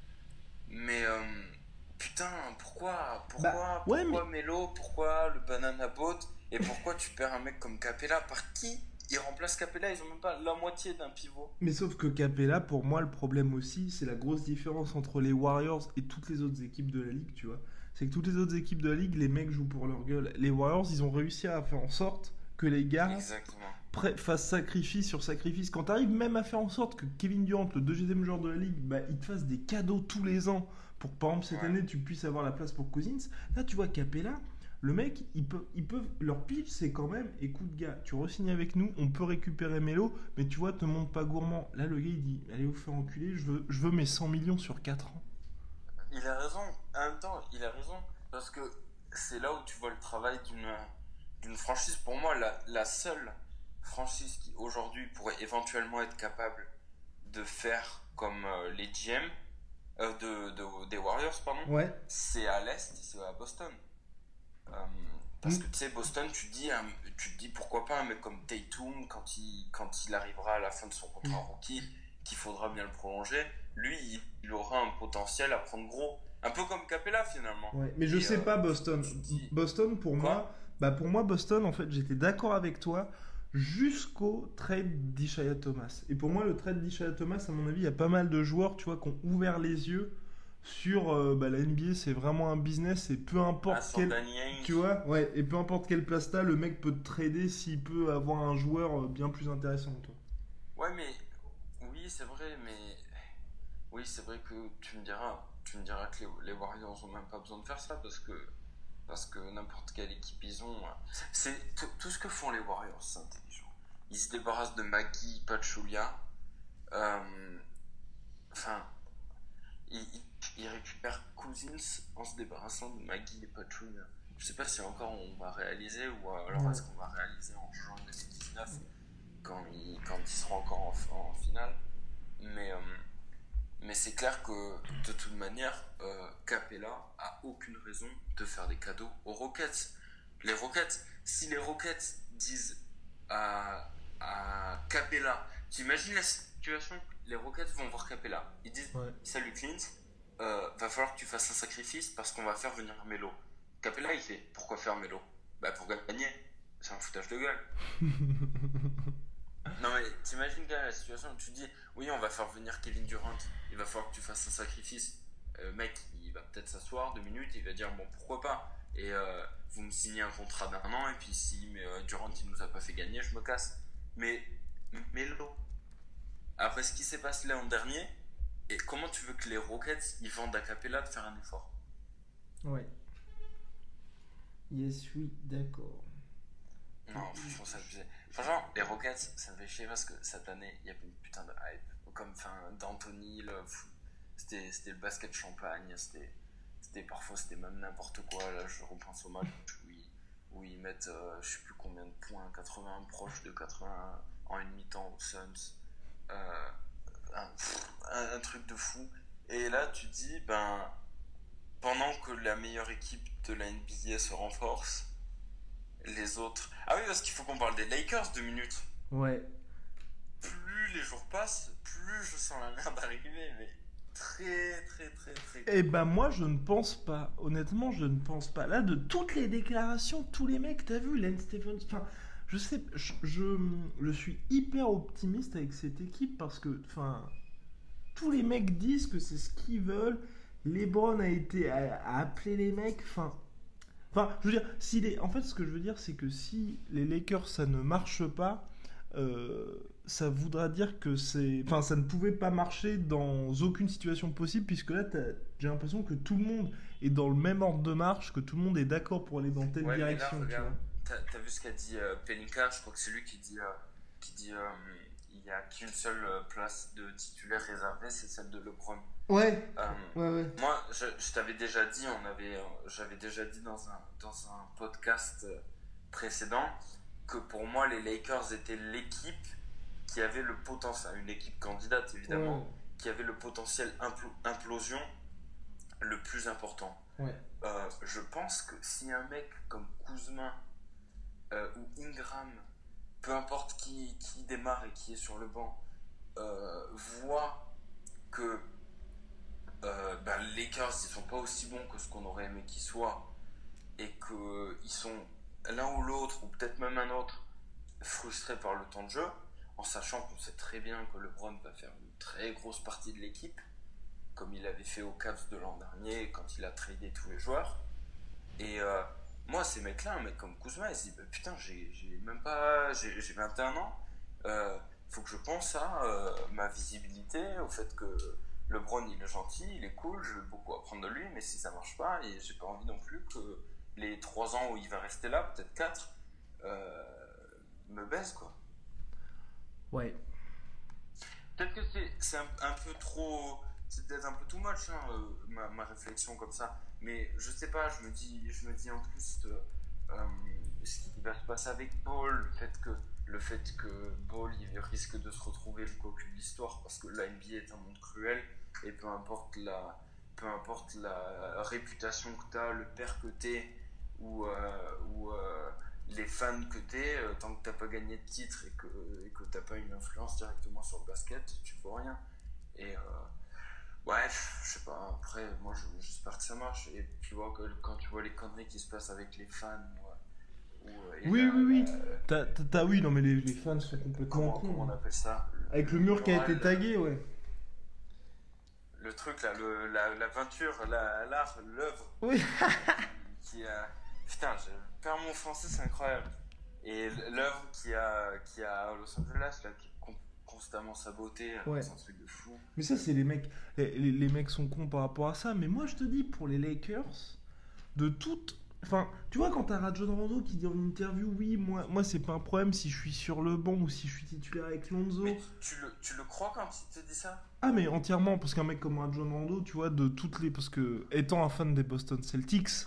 mais, euh, putain, pourquoi, pourquoi, Bah, ouais, pourquoi Melo, pourquoi le Banana Boat, et pourquoi tu perds un mec comme Capella? Par qui ils remplacent Capella? Ils ont même pas la moitié d'un pivot. Mais sauf que Capella, pour moi, le problème aussi, c'est la grosse différence entre les Warriors et toutes les autres équipes de la ligue, tu vois. C'est que toutes les autres équipes de la ligue, les mecs jouent pour leur gueule. Les Warriors, ils ont réussi à faire en sorte que les gars Exactement. pré- fassent sacrifice sur sacrifice. Quand t'arrives même à faire en sorte que Kevin Durant, le deuxième joueur de la ligue, bah, il te fasse des cadeaux tous les ans pour que, par exemple, cette Ouais. année, tu puisses avoir la place pour Cousins. Là, tu vois, Capella, le mec, ils peuvent, ils peuvent, leur pitch, c'est quand même, écoute, gars, tu re-signes avec nous, on peut récupérer Melo, mais tu vois, te montre pas gourmand. Là, le gars, il dit, allez vous faire enculer, je veux, je veux mes cent millions sur quatre ans. Il a raison, en même temps, il a raison, parce que c'est là où tu vois le travail d'une, d'une franchise. Pour moi, la, la seule franchise qui aujourd'hui pourrait éventuellement être capable de faire comme euh, les G M euh, de, de- des Warriors, pardon, Ouais. c'est à l'Est, c'est à Boston. Euh, parce Mm. que tu sais, Boston, tu te dis, un- tu te dis pourquoi pas un mec comme Tatum, quand il, quand il arrivera à la fin de son contrat Mm. rookie, qu'il faudra bien le prolonger, lui, il, il aura un potentiel à prendre gros. Un peu comme Capella finalement. Ouais, mais je Et, sais euh, pas Boston. tu dis- Boston pour Quoi moi, bah pour moi Boston en fait j'étais d'accord avec toi jusqu'au trade d'Ishaya Thomas. Et pour moi le trade d'Ishaya Thomas à mon avis il y a pas mal de joueurs tu vois qui ont ouvert les yeux sur euh, bah, la N B A c'est vraiment un business et peu importe Ah, sur quel Danny Ainge. tu vois ouais et peu importe quelle place t'as le mec peut te trader s'il peut avoir un joueur euh, bien plus intéressant que toi. Ouais, mais oui, c'est vrai, mais oui, c'est vrai que tu me diras, tu me diras que les, les Warriors ont même pas besoin de faire ça parce que parce que n'importe quelle équipe ils ont, c'est tout, tout ce que font les Warriors, c'est intelligent. Ils se débarrassent de Maggie, Pachulia, euh, enfin, ils, ils, ils récupèrent Cousins en se débarrassant de Maggie et Pachulia. Je sais pas si encore on va réaliser ou alors Ouais. est-ce qu'on va réaliser en juin deux mille dix-neuf quand ils, quand ils seront encore en, en finale. Mais, euh, mais c'est clair que de toute manière, euh, Capella a aucune raison de faire des cadeaux aux Rockets. Les Rockets, si les Rockets disent à, à Capella, tu imagines la situation, les Rockets vont voir Capella, ils disent Ouais. salut Clint, euh, va falloir que tu fasses un sacrifice parce qu'on va faire venir Melo. Capella il fait pourquoi faire Melo? Bah pour gagner, c'est un foutage de gueule. Non mais t'imagines quand même la situation où tu dis oui on va faire venir Kevin Durant, il va falloir que tu fasses un sacrifice. Euh, mec il va peut-être s'asseoir deux minutes, il va dire bon pourquoi pas, et euh, vous me signez un contrat d'un an et puis si mais, euh, Durant il nous a pas fait gagner je me casse. Mais Melo, après ce qui s'est passé l'an dernier, et comment tu veux que les Rockets ils vendent à Capella de faire un effort? Ouais. Yes, oui, d'accord. Non, je trouve ça abusé. Franchement, les Rockets, ça me fait chier parce que cette année, il y avait une putain de hype. Comme, enfin, d'Anthony, Love, c'était, c'était le basket champagne, c'était, c'était parfois, c'était même n'importe quoi. Là, je repense au match où ils, où ils mettent, euh, je sais plus combien de points, quatre-vingts, proche de quatre-vingts en une mi-temps aux Suns. Euh, un, un, un truc de fou. Et là, tu dis, ben, pendant que la meilleure équipe de la N B A se renforce, les autres... Ah oui, parce qu'il faut qu'on parle des Lakers deux minutes. Ouais. Plus les jours passent, plus je sens la merde arriver, mais très très très très... Eh ben moi je ne pense pas, honnêtement je ne pense pas. Là de toutes les déclarations, tous les mecs, t'as vu, Lane Stephens, enfin je sais, je, je, je suis hyper optimiste avec cette équipe parce que, enfin, tous les mecs disent que c'est ce qu'ils veulent. LeBron a été a, a appelé les mecs, enfin... Enfin, je veux dire, si les... en fait, ce que je veux dire, c'est que si les Lakers, ça ne marche pas, euh, ça voudra dire que c'est... Enfin, ça ne pouvait pas marcher dans aucune situation possible, puisque là, t'as... j'ai l'impression que tout le monde est dans le même ordre de marche, que tout le monde est d'accord pour aller dans telle Ouais, direction, mais là, tu regarde, vois. t'as, t'as vu ce qu'a dit euh, Pelinka, je crois que c'est lui qui dit... Euh, qui dit euh, il n'y a qu'une seule place de titulaire réservée, c'est celle de LeBron. Ouais, Euh, ouais, ouais. Moi, je, je t'avais déjà dit, on avait, j'avais déjà dit dans un, dans un podcast précédent que pour moi, les Lakers étaient l'équipe qui avait le potentiel, une équipe candidate évidemment, Ouais. qui avait le potentiel impl- implosion le plus important. Ouais. Euh, je pense que si un mec comme Kuzma euh, ou Ingram, peu importe qui, qui démarre et qui est sur le banc, euh, voit que Euh, ben, les Lakers ils sont pas aussi bons que ce qu'on aurait aimé qu'ils soient et qu'ils sont l'un ou l'autre ou peut-être même un autre frustrés par le temps de jeu, en sachant qu'on sait très bien que LeBron va faire une très grosse partie de l'équipe comme il avait fait aux Cavs de l'an dernier quand il a tradé tous les joueurs. Et euh, moi ces mecs là, un mec comme Kuzma il se dit bah, putain j'ai, j'ai même pas j'ai, j'ai vingt et un ans, euh, faut que je pense à euh, ma visibilité, au fait que LeBron il est gentil, il est cool, je veux beaucoup apprendre de lui, mais si ça marche pas, et j'ai pas envie non plus que les trois ans où il va rester là, peut-être quatre, euh, me baisse quoi. Ouais. Peut-être que c'est, c'est un, un peu trop, c'est peut-être un peu too much hein, euh, ma, ma réflexion comme ça, mais je sais pas, je me dis, je me dis en plus euh, euh, ce qui va se passer avec Ball, le fait que le fait que Ball il risque de se retrouver le cocu de l'histoire parce que la N B A est un monde cruel et peu importe la, peu importe la réputation que tu as, le père que tu es ou, euh, ou euh, les fans que tu es, euh, tant que tu n'as pas gagné de titre et que, et que tu n'as pas une influence directement sur le basket, tu ne vaux rien. Et euh, bref, je sais pas, après moi je, j'espère que ça marche et tu vois que quand tu vois les conneries qui se passent avec les fans ou, ou, Oui, la, oui, oui. la, T'as, t'as, t'as- oui, non, mais les, les fans sont complètement Comment, cons. comment on appelle ça? Avec le mur qui a mural, été tagué, ouais. Le truc là, le, la, la peinture, la, l'art, l'œuvre. Oui. Qui a... Putain, je perds mon français, c'est incroyable. Et l'œuvre qui a, qui a à Los Angeles, là, qui est con- constamment sabotée, Ouais. c'est un truc de fou. Mais ça, c'est les mecs. Les, les- les mecs sont cons par rapport à ça. Mais moi, je te dis, pour les Lakers, de toute. Enfin, tu vois, quand t'as Rajon Rondo qui dit en interview, oui, moi, moi c'est pas un problème si je suis sur le banc ou si je suis titulaire avec Lonzo. Mais tu le, tu le crois quand il te dit ça? Ah, mais entièrement, parce qu'un mec comme Rajon Rondo, tu vois, de toutes les. Parce que, étant un fan des Boston Celtics,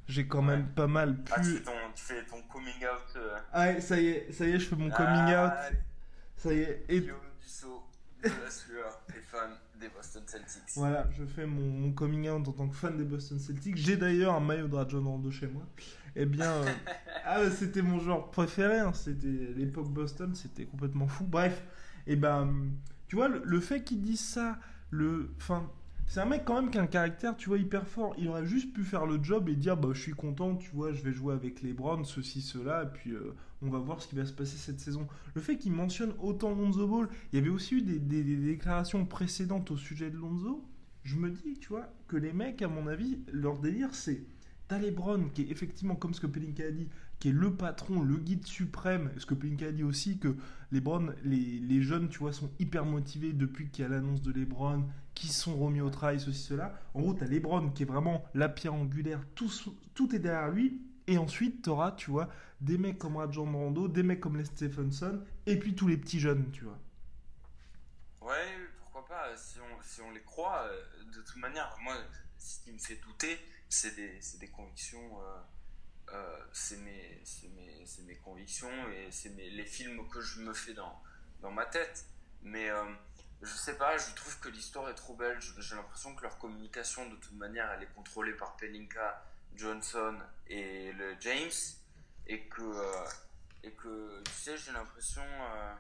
j'ai quand Ouais. même pas mal Ah, tu pu... fais ton, tu fais ton coming out. euh. Ah, ouais, ça y est, ça y est, je fais mon coming Ah, out. Ça y est, et Guillaume Dussault, de la sueur, est fan des Boston Celtics. voilà, je fais mon, mon coming out en tant que fan des Boston Celtics. J'ai d'ailleurs un maillot de Rajon Rondo chez moi. Eh bien, euh, ah, ouais, c'était mon joueur préféré. Hein. C'était l'époque Boston, c'était complètement fou. Bref, et ben, tu vois, le, le fait qu'il dise ça, le, enfin, c'est un mec quand même qui a un caractère, tu vois, hyper fort. Il aurait juste pu faire le job et dire, bah, je suis content, tu vois, je vais jouer avec les Browns, ceci, cela, et puis euh, on va voir ce qui va se passer cette saison. Le fait qu'il mentionne autant Lonzo Ball, il y avait aussi eu des, des- des déclarations précédentes au sujet de Lonzo. Je me dis, tu vois, que les mecs, à mon avis, leur délire, c'est t'as les Browns, qui est effectivement, comme ce que Pelinka a dit, qui est le patron, le guide suprême. Ce que Pelinka a dit aussi, que les Browns, les, les jeunes, tu vois, sont hyper motivés depuis qu'il y a l'annonce de les Browns, qui sont remis au travail, ceci, cela. En gros, t'as les Browns, qui est vraiment la pierre angulaire, tout, tout est derrière lui. Et ensuite, t'auras, tu vois, des mecs comme Rajon Rondo, des mecs comme les Stephenson, et puis tous les petits jeunes, tu vois. Ouais, pourquoi pas, si on, si on les croit, euh, de toute manière, moi, ce qui me fait douter, c'est des, c'est des convictions, euh, euh, c'est mes, c'est mes, c'est mes convictions et c'est mes, les films que je me fais dans, dans ma tête. Mais euh, je sais pas, je trouve que l'histoire est trop belle. J'ai l'impression que leur communication, de toute manière, elle est contrôlée par Pelinka, Johnson et le James. Et que, euh, et que tu sais, j'ai l'impression. Euh,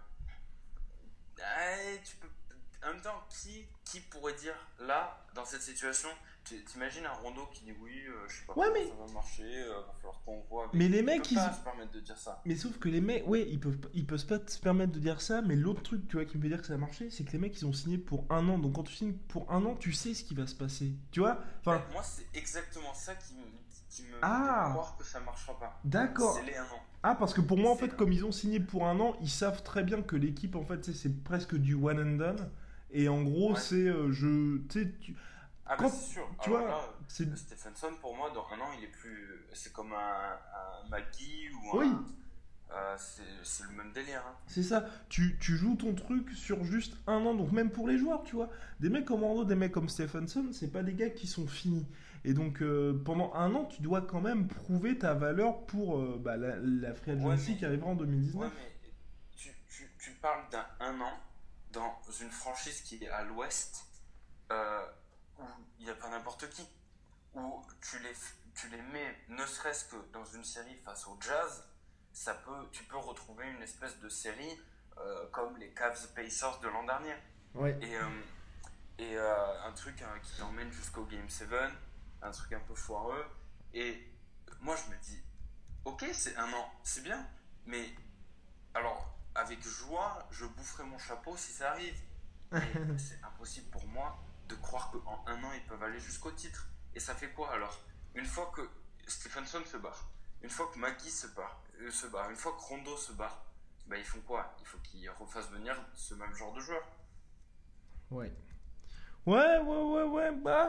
ouais, tu peux. En même temps, qui, qui pourrait dire là, dans cette situation, tu- t'imagines un Rondo qui dit oui, euh, je sais pas Ouais, comment mais- ça va marcher, euh, va falloir qu'on voit. Mais les ils mecs, peuvent ils- pas se permettre de dire ça. Mais sauf que les mecs, ouais, ils peuvent, ils peuvent pas se permettre de dire ça, mais l'autre truc, tu vois, qui me fait dire que ça a marché, c'est que les mecs, ils ont signé pour un an. Donc quand tu signes pour un an, tu sais ce qui va se passer. Tu vois. Enfin, Moi, c'est exactement ça qui me, qui me Ah. fait croire que ça marchera pas. d'accord. C'est les un an. Ah, parce que pour moi, en C'est fait, là. comme ils ont signé pour un an, ils savent très bien que l'équipe, en fait, tu sais, c'est presque du one and done. Et en gros, Ouais. c'est, euh, je, tu sais, tu, Ah, Quand- bah c'est sûr. tu Alors vois, là, c'est, euh, Stephenson, pour moi, dans un an, il est plus. C'est comme un, un Maggie ou un. Oui. Euh, c'est c'est le même délire. Hein. c'est ça. Tu, tu joues ton truc sur juste un an, donc même pour les joueurs, tu vois. Des mecs comme Orlando, des mecs comme Stephenson, c'est pas des gars qui sont finis. Et donc, euh, pendant un an, tu dois quand même prouver ta valeur pour euh, bah, la, la free agency Ouais, mais- qui arrivera en deux mille Ouais, dix-neuf. mais tu, tu, tu parles d'un un an dans une franchise qui est à l'ouest, euh, où il n'y a pas n'importe qui, où tu les, tu les mets, ne serait-ce que dans une série face au Jazz, ça peut, tu peux retrouver une espèce de série euh, comme les Cavs Pacers de l'an dernier. Ouais. Et, euh, et euh, un truc hein, qui t'emmène jusqu'au Game sept, un truc un peu foireux. Et moi, je me dis, ok, c'est un an, c'est bien, mais alors, avec joie, je boufferai mon chapeau si ça arrive. Mais c'est impossible pour moi de croire qu'en un an, ils peuvent aller jusqu'au titre. Et ça fait quoi alors? Une fois que Stephenson se barre, une fois que Maggie se barre, euh, se barre une fois que Rondo se barre, bah, ils font quoi? Il faut qu'ils refassent venir ce même genre de joueur. Ouais. Ouais, ouais, ouais, ouais, bah.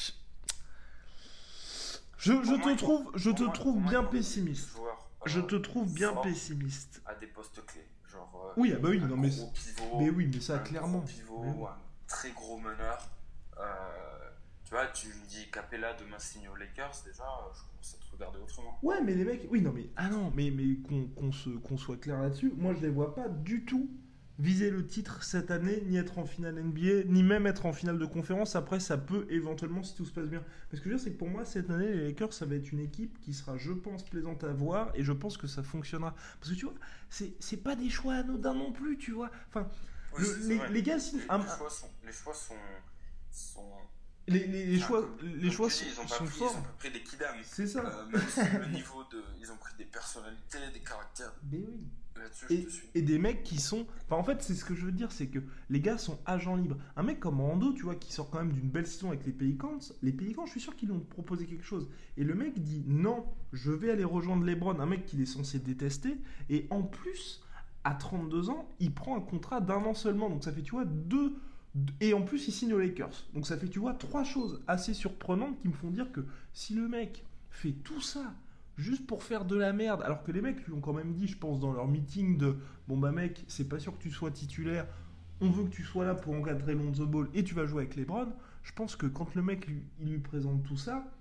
Je, je Pour moi, te il- trouve, je pour te moi- trouve pour moi, bien il faut des pessimiste. joueurs, euh, Je te trouve bien forts pessimiste. à des postes clés. Genre, euh, Oui, ah bah oui, un non mais. gros pivot, Mais oui, mais ça, un clairement. gros pivot, Mais oui. un très gros meneur. Euh, tu vois, tu me dis Capella demain signe aux Lakers, déjà, euh, je commence à te regarder autrement. Ouais, mais les mecs. Oui, non, mais. Ah non, mais, mais qu'on qu'on se, qu'on soit clair là-dessus, moi je les vois pas du tout viser le titre cette année, ni être en finale N B A, ni même être en finale de conférence. Après, ça peut éventuellement si tout se passe bien. Mais ce que je veux dire, c'est que pour moi, cette année, les Lakers, ça va être une équipe qui sera, je pense, plaisante à voir, et je pense que ça fonctionnera. Parce que tu vois, c'est c'est pas des choix anodins non plus, tu vois. Enfin, Oui, le- c'est- c'est les, vrai. les gars, si- Les, un- les choix sont, les choix sont, sont les, les- les enfin, choix, comme- les comme choix tu dis, sont, ils ont pas sont pris, forts. ils ont pas pris des kidams. C'est ça. Euh, même si le niveau de, ils ont pris des personnalités, des caractères. Mais oui. Là-dessus, je Et, te suis. et des mecs qui sont... Enfin, en fait, c'est ce que je veux dire, c'est que les gars sont agents libres. Un mec comme Rando, tu vois, qui sort quand même d'une belle saison avec les Pelicans, les Pelicans, je suis sûr qu'ils lui ont proposé quelque chose. Et le mec dit, non, je vais aller rejoindre LeBron, un mec qu'il est censé détester. Et en plus, à trente-deux ans, il prend un contrat d'un an seulement. Donc ça fait, tu vois, deux... Et en plus, il signe aux Lakers. Donc ça fait, tu vois, trois choses assez surprenantes qui me font dire que si le mec fait tout ça juste pour faire de la merde, alors que les mecs lui ont quand même dit, je pense, dans leur meeting de bon bah mec, c'est pas sûr que tu sois titulaire, on veut que tu sois là pour encadrer Lonzo Ball et tu vas jouer avec LeBron. Je pense que quand le mec lui, il lui présente tout ça,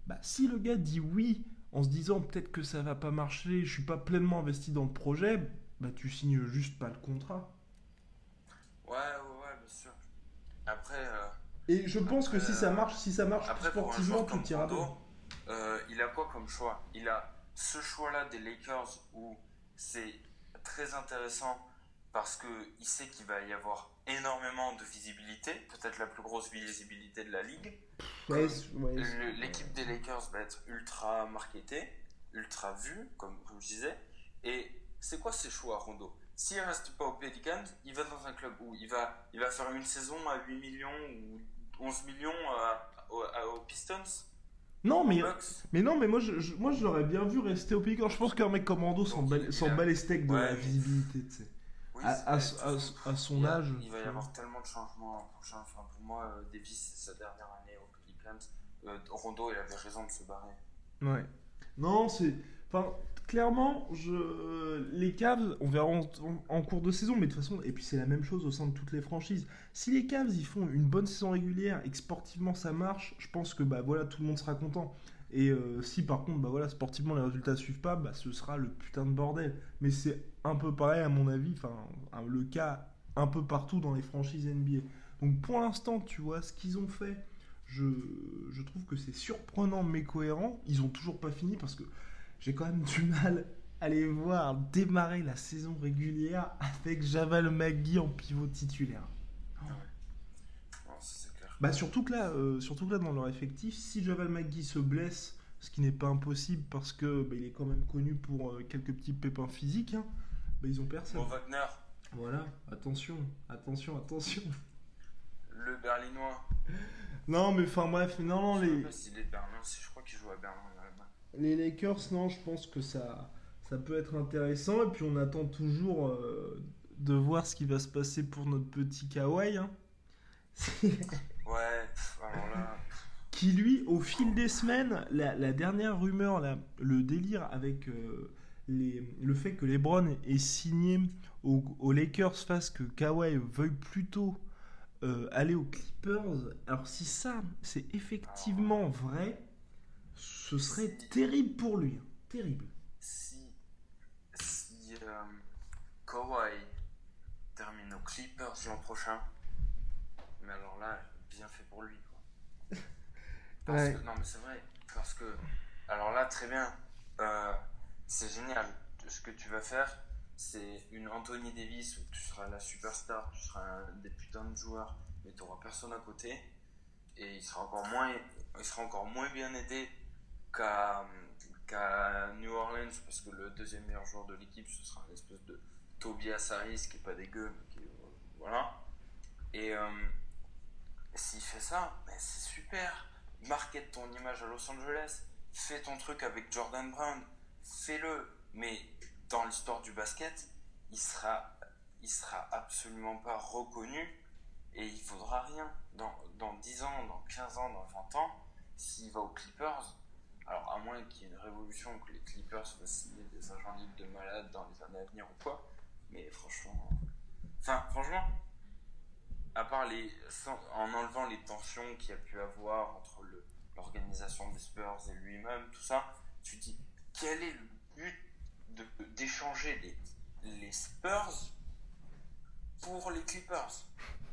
Bah, si le gars dit oui en se disant peut-être que ça va pas marcher, je suis pas pleinement investi dans le projet, bah tu signes juste pas le contrat. Ouais, ouais, ouais, bien sûr. Après, euh, Et je pense après, que si ça euh, marche, si ça marche après pour un sportivement, joueur comme tout ira bien. Rondo, euh, il a quoi comme choix? Il a ce choix-là des Lakers où c'est très intéressant parce qu'il sait qu'il va y avoir énormément de visibilité, peut-être la plus grosse visibilité de la ligue. Ouais, Comme ouais, le- l'équipe des Lakers va être ultra marketée, ultra vue, comme, comme je disais. Et c'est quoi ses choix, Rondo? S'il reste pas aux Pelicans, il va dans un club où il va, il va faire une saison à huit millions ou onze millions à, à- aux Pistons, Non, aux mais, Bucks. mais non, mais moi je, je- moi je l'aurais bien vu rester au Pelicans. Je pense qu'un mec comme Rando s'en Donc, bat, il- s'en il a- bat les steaks de Ouais, la mais- visibilité, tu sais. Oui, À, c'est à, vrai, à- de toute façon, à son il y a- âge. il va y tu avoir vois. tellement de changements l'an prochain. Enfin, pour moi, euh, Davis, c'est sa dernière année aux Pelicans. Euh, Rondo, il avait raison de se barrer. Ouais. Non, c'est. Enfin, clairement, je... les Cavs, on verra en, en- en cours de saison, mais de toute façon, et puis c'est la même chose au sein de toutes les franchises. Si les Cavs ils font une bonne saison régulière et que sportivement ça marche, je pense que bah voilà, tout le monde sera content. Et euh, si par contre, bah voilà, sportivement les résultats suivent pas, bah ce sera le putain de bordel. Mais c'est un peu pareil à mon avis, enfin un- le cas un peu partout dans les franchises N B A. Donc pour l'instant, tu vois, ce qu'ils ont fait, je, je trouve que c'est surprenant mais cohérent. Ils ont toujours pas fini parce que j'ai quand même du mal à les voir démarrer la saison régulière avec Javal McGee en pivot titulaire. Ouais. Non, ça, c'est clair. Bah surtout que là, euh, surtout que là dans leur effectif, si Javal McGee se blesse, ce qui n'est pas impossible parce que bah, il est quand même connu pour euh, quelques petits pépins physiques, hein, bah, ils ont personne. Mo Wagner, Voilà, attention, attention, attention. le Berlinois. Non mais enfin bref, non, non Je sais les, pas s'il est de Berlin, si je crois qu'il joue à Berlin là-bas. les Lakers, non, je pense que ça, ça peut être intéressant. Et puis on attend toujours euh, de voir ce qui va se passer pour notre petit Kawhi, hein. Ouais, pff, alors là, Qui lui, au fil des semaines, la, la dernière rumeur, la- le délire avec euh, les, le fait que LeBron ait signé aux, aux Lakers fasse que Kawhi veuille plutôt euh, aller aux Clippers. Alors si ça, c'est effectivement vrai, ce serait terrible pour lui, hein. Terrible. si, si euh, Kawhi termine aux Clippers l'an prochain, mais alors là, bien fait pour lui, quoi. Parce Ouais. que, non, mais c'est vrai, parce que, alors là, très bien, euh, c'est génial. Ce que tu vas faire, c'est une Anthony Davis où tu seras la superstar, tu seras un des putains de joueurs, mais tu n'auras personne à côté, et il sera encore moins, il sera encore moins bien aidé qu'à qu'à New Orleans, parce que le deuxième meilleur joueur de l'équipe, ce sera une espèce de Tobias Harris qui est pas dégueu, mais qui, euh, voilà. Et euh, s'il fait ça, ben c'est super. Market ton image à Los Angeles, fais ton truc avec Jordan Brown, fais-le. Mais dans l'histoire du basket, il sera, il sera absolument pas reconnu et il faudra rien. Dans, dans dix ans, dans quinze ans, dans vingt ans, s'il va aux Clippers, alors à moins qu'il y ait une révolution, que les Clippers fassent signer des agents libres de malades dans les années à venir ou quoi, mais franchement, enfin franchement, à part les, sans, en enlevant les tensions qu'il y a pu avoir entre le, l'organisation des Spurs et lui-même, tout ça, tu te dis quel est le but de, d'échanger les, les Spurs pour les Clippers?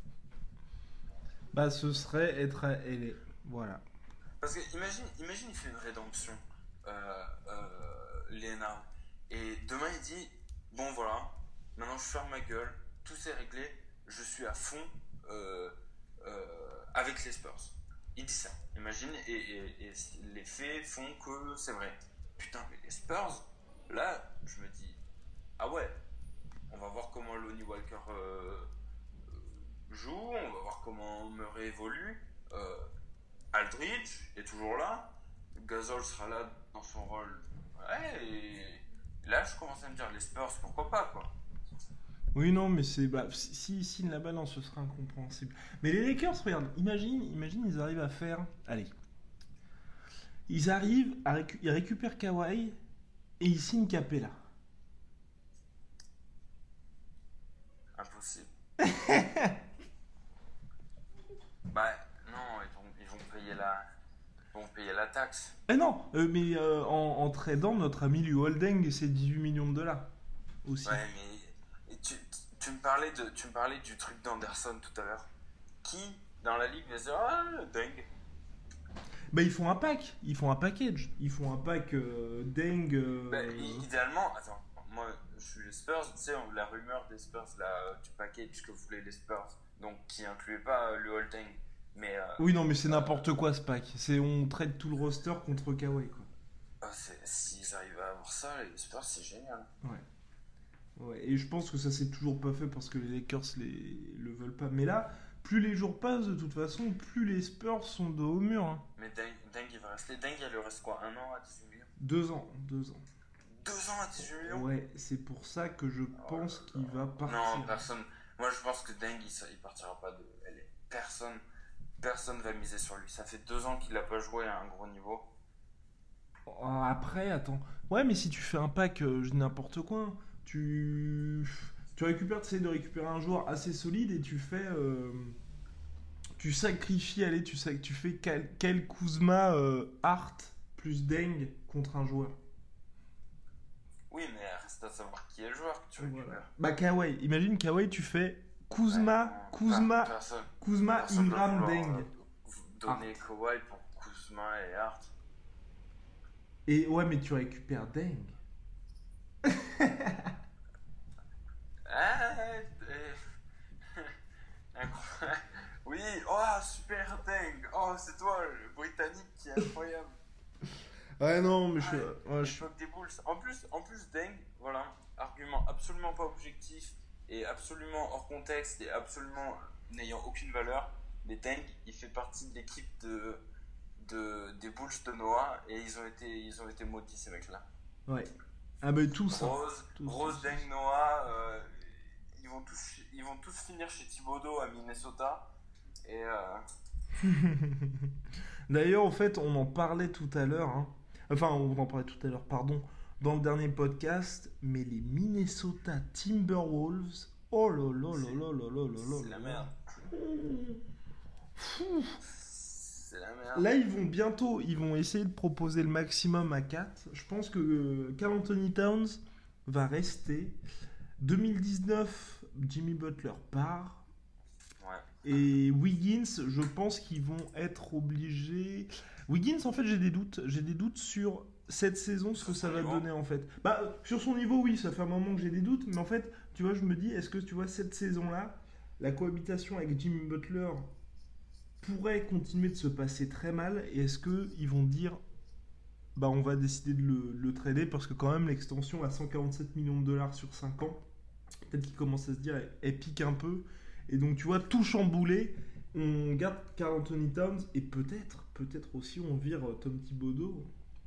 Bah ce serait être à L A. Voilà. Parce que imagine, imagine il fait une rédemption, euh, euh, Léonard, et demain il dit bon voilà, maintenant je ferme ma gueule, tout s'est réglé, je suis à fond euh, euh, avec les Spurs. Il dit ça, imagine, et, et, et les faits font que c'est vrai. Putain, mais les Spurs, là, je me dis ah ouais, on va voir comment Lonnie Walker euh, joue, on va voir comment Murray évolue. Euh, Aldridge est toujours là, Gasol sera là dans son rôle. Ouais, et là je commence à me dire les Spurs, pourquoi pas quoi. Oui, non, mais c'est. Bah, si si, si la balance, ce serait incompréhensible. Mais les Lakers, regarde, imagine, imagine, ils arrivent à faire. Allez. Ils arrivent, à récu- ils récupèrent Kawhi et ils signent Capella. Impossible. Bah non, ils vont, ils vont payer la, ils vont payer la taxe. Eh non, euh, mais euh, en, en tradant, notre ami Liu Holding, c'est dix-huit millions de dollars aussi. Ouais, mais et tu, tu, me parlais de, tu me parlais du truc d'Anderson tout à l'heure. Qui, dans la ligue, va se dire ah, dingue. Bah, ils font un pack, ils font un package. Ils font un pack euh, dingue. Euh... Bah, idéalement, attends, moi je suis les Spurs, tu sais, la rumeur des Spurs, là, du package que voulaient les Spurs, donc qui incluait pas euh, le holding. Mais, euh, oui, non, mais c'est euh, n'importe quoi ce pack. C'est, on trade tout le roster contre Kawhi, quoi. Ah, c'est, s'ils arrivent à avoir ça, les Spurs, c'est génial. Ouais. Ouais. Et je pense que ça s'est toujours pas fait parce que les Lakers les... le veulent pas. Mais là, plus les jours passent, de toute façon, plus les Spurs sont de haut mur. Hein. Mais Deng, Deng, il va rester. Deng, il lui reste quoi? Un an à dix-huit millions? Deux ans. Deux ans. Deux ans à dix-huit millions? Ouais, c'est pour ça que je oh pense qu'il va partir. Non, personne. Moi, je pense que Deng, il, il partira pas de L A. Personne. Personne va miser sur lui. Ça fait deux ans qu'il n'a pas joué à un gros niveau. Après, attends. Ouais, mais si tu fais un pack, euh, je dis n'importe quoi. Tu, tu récupères, tu essaies de récupérer un joueur assez solide et tu fais, euh... tu sacrifies, allez, tu sais, tu fais quel, quel Kuzma, euh, Hart plus Deng contre un joueur. Oui, mais reste à savoir qui est le joueur que tu récupères. Voilà. Bah Kawhi, imagine Kawhi, tu fais Kuzma, ouais, Kuzma, personne, Kuzma, personne Ingram, Deng. Donner Kawhi pour Kuzma et Hart. Et ouais, mais tu récupères Deng. ah, oui, oh super Deng. Oh, c'est toi, le Britannique qui est incroyable. Ouais, non, mais je suis. Ah, ouais, je... des Bulls. En plus, en plus, Deng, voilà, argument absolument pas objectif et absolument hors contexte et absolument n'ayant aucune valeur. Mais Deng, il fait partie de l'équipe de, de, des Bulls de Noah et ils ont été, ils ont été maudits, ces mecs-là. Ouais. Ah, bah tout ça. Rose, tout Rose ça. Deng, Noah, euh, ils, vont tous, ils vont tous finir chez Thibodeau à Minnesota. Et. Euh... D'ailleurs, en fait, on en parlait tout à l'heure. Hein. Enfin, on en parlait tout à l'heure, pardon, dans le dernier podcast, mais les Minnesota Timberwolves, oh là là là là là là là. C'est la merde. C'est la merde. Là, ils vont bientôt, ils vont essayer de proposer le maximum à quatre. Je pense que euh, Karl Anthony Towns va rester. deux mille dix-neuf, Jimmy Butler part. Ouais. Et Wiggins, je pense qu'ils vont être obligés. Wiggins, en fait, j'ai des doutes. J'ai des doutes sur cette saison, ce que ça va donner, en fait. Bah, sur son niveau, oui, ça fait un moment que j'ai des doutes. Mais en fait, tu vois, je me dis, est-ce que, tu vois, cette saison-là, la cohabitation avec Jimmy Butler pourrait continuer de se passer très mal? Et est-ce qu'ils vont dire, bah, on va décider de le, le trader parce que, quand même, l'extension à cent quarante-sept millions de dollars sur cinq ans, peut-être qu'ils commencent à se dire, elle, elle pique un peu. Et donc, tu vois, tout chamboulé. On garde Karl Anthony Towns et peut-être, peut-être aussi on vire Tom Thibodeau.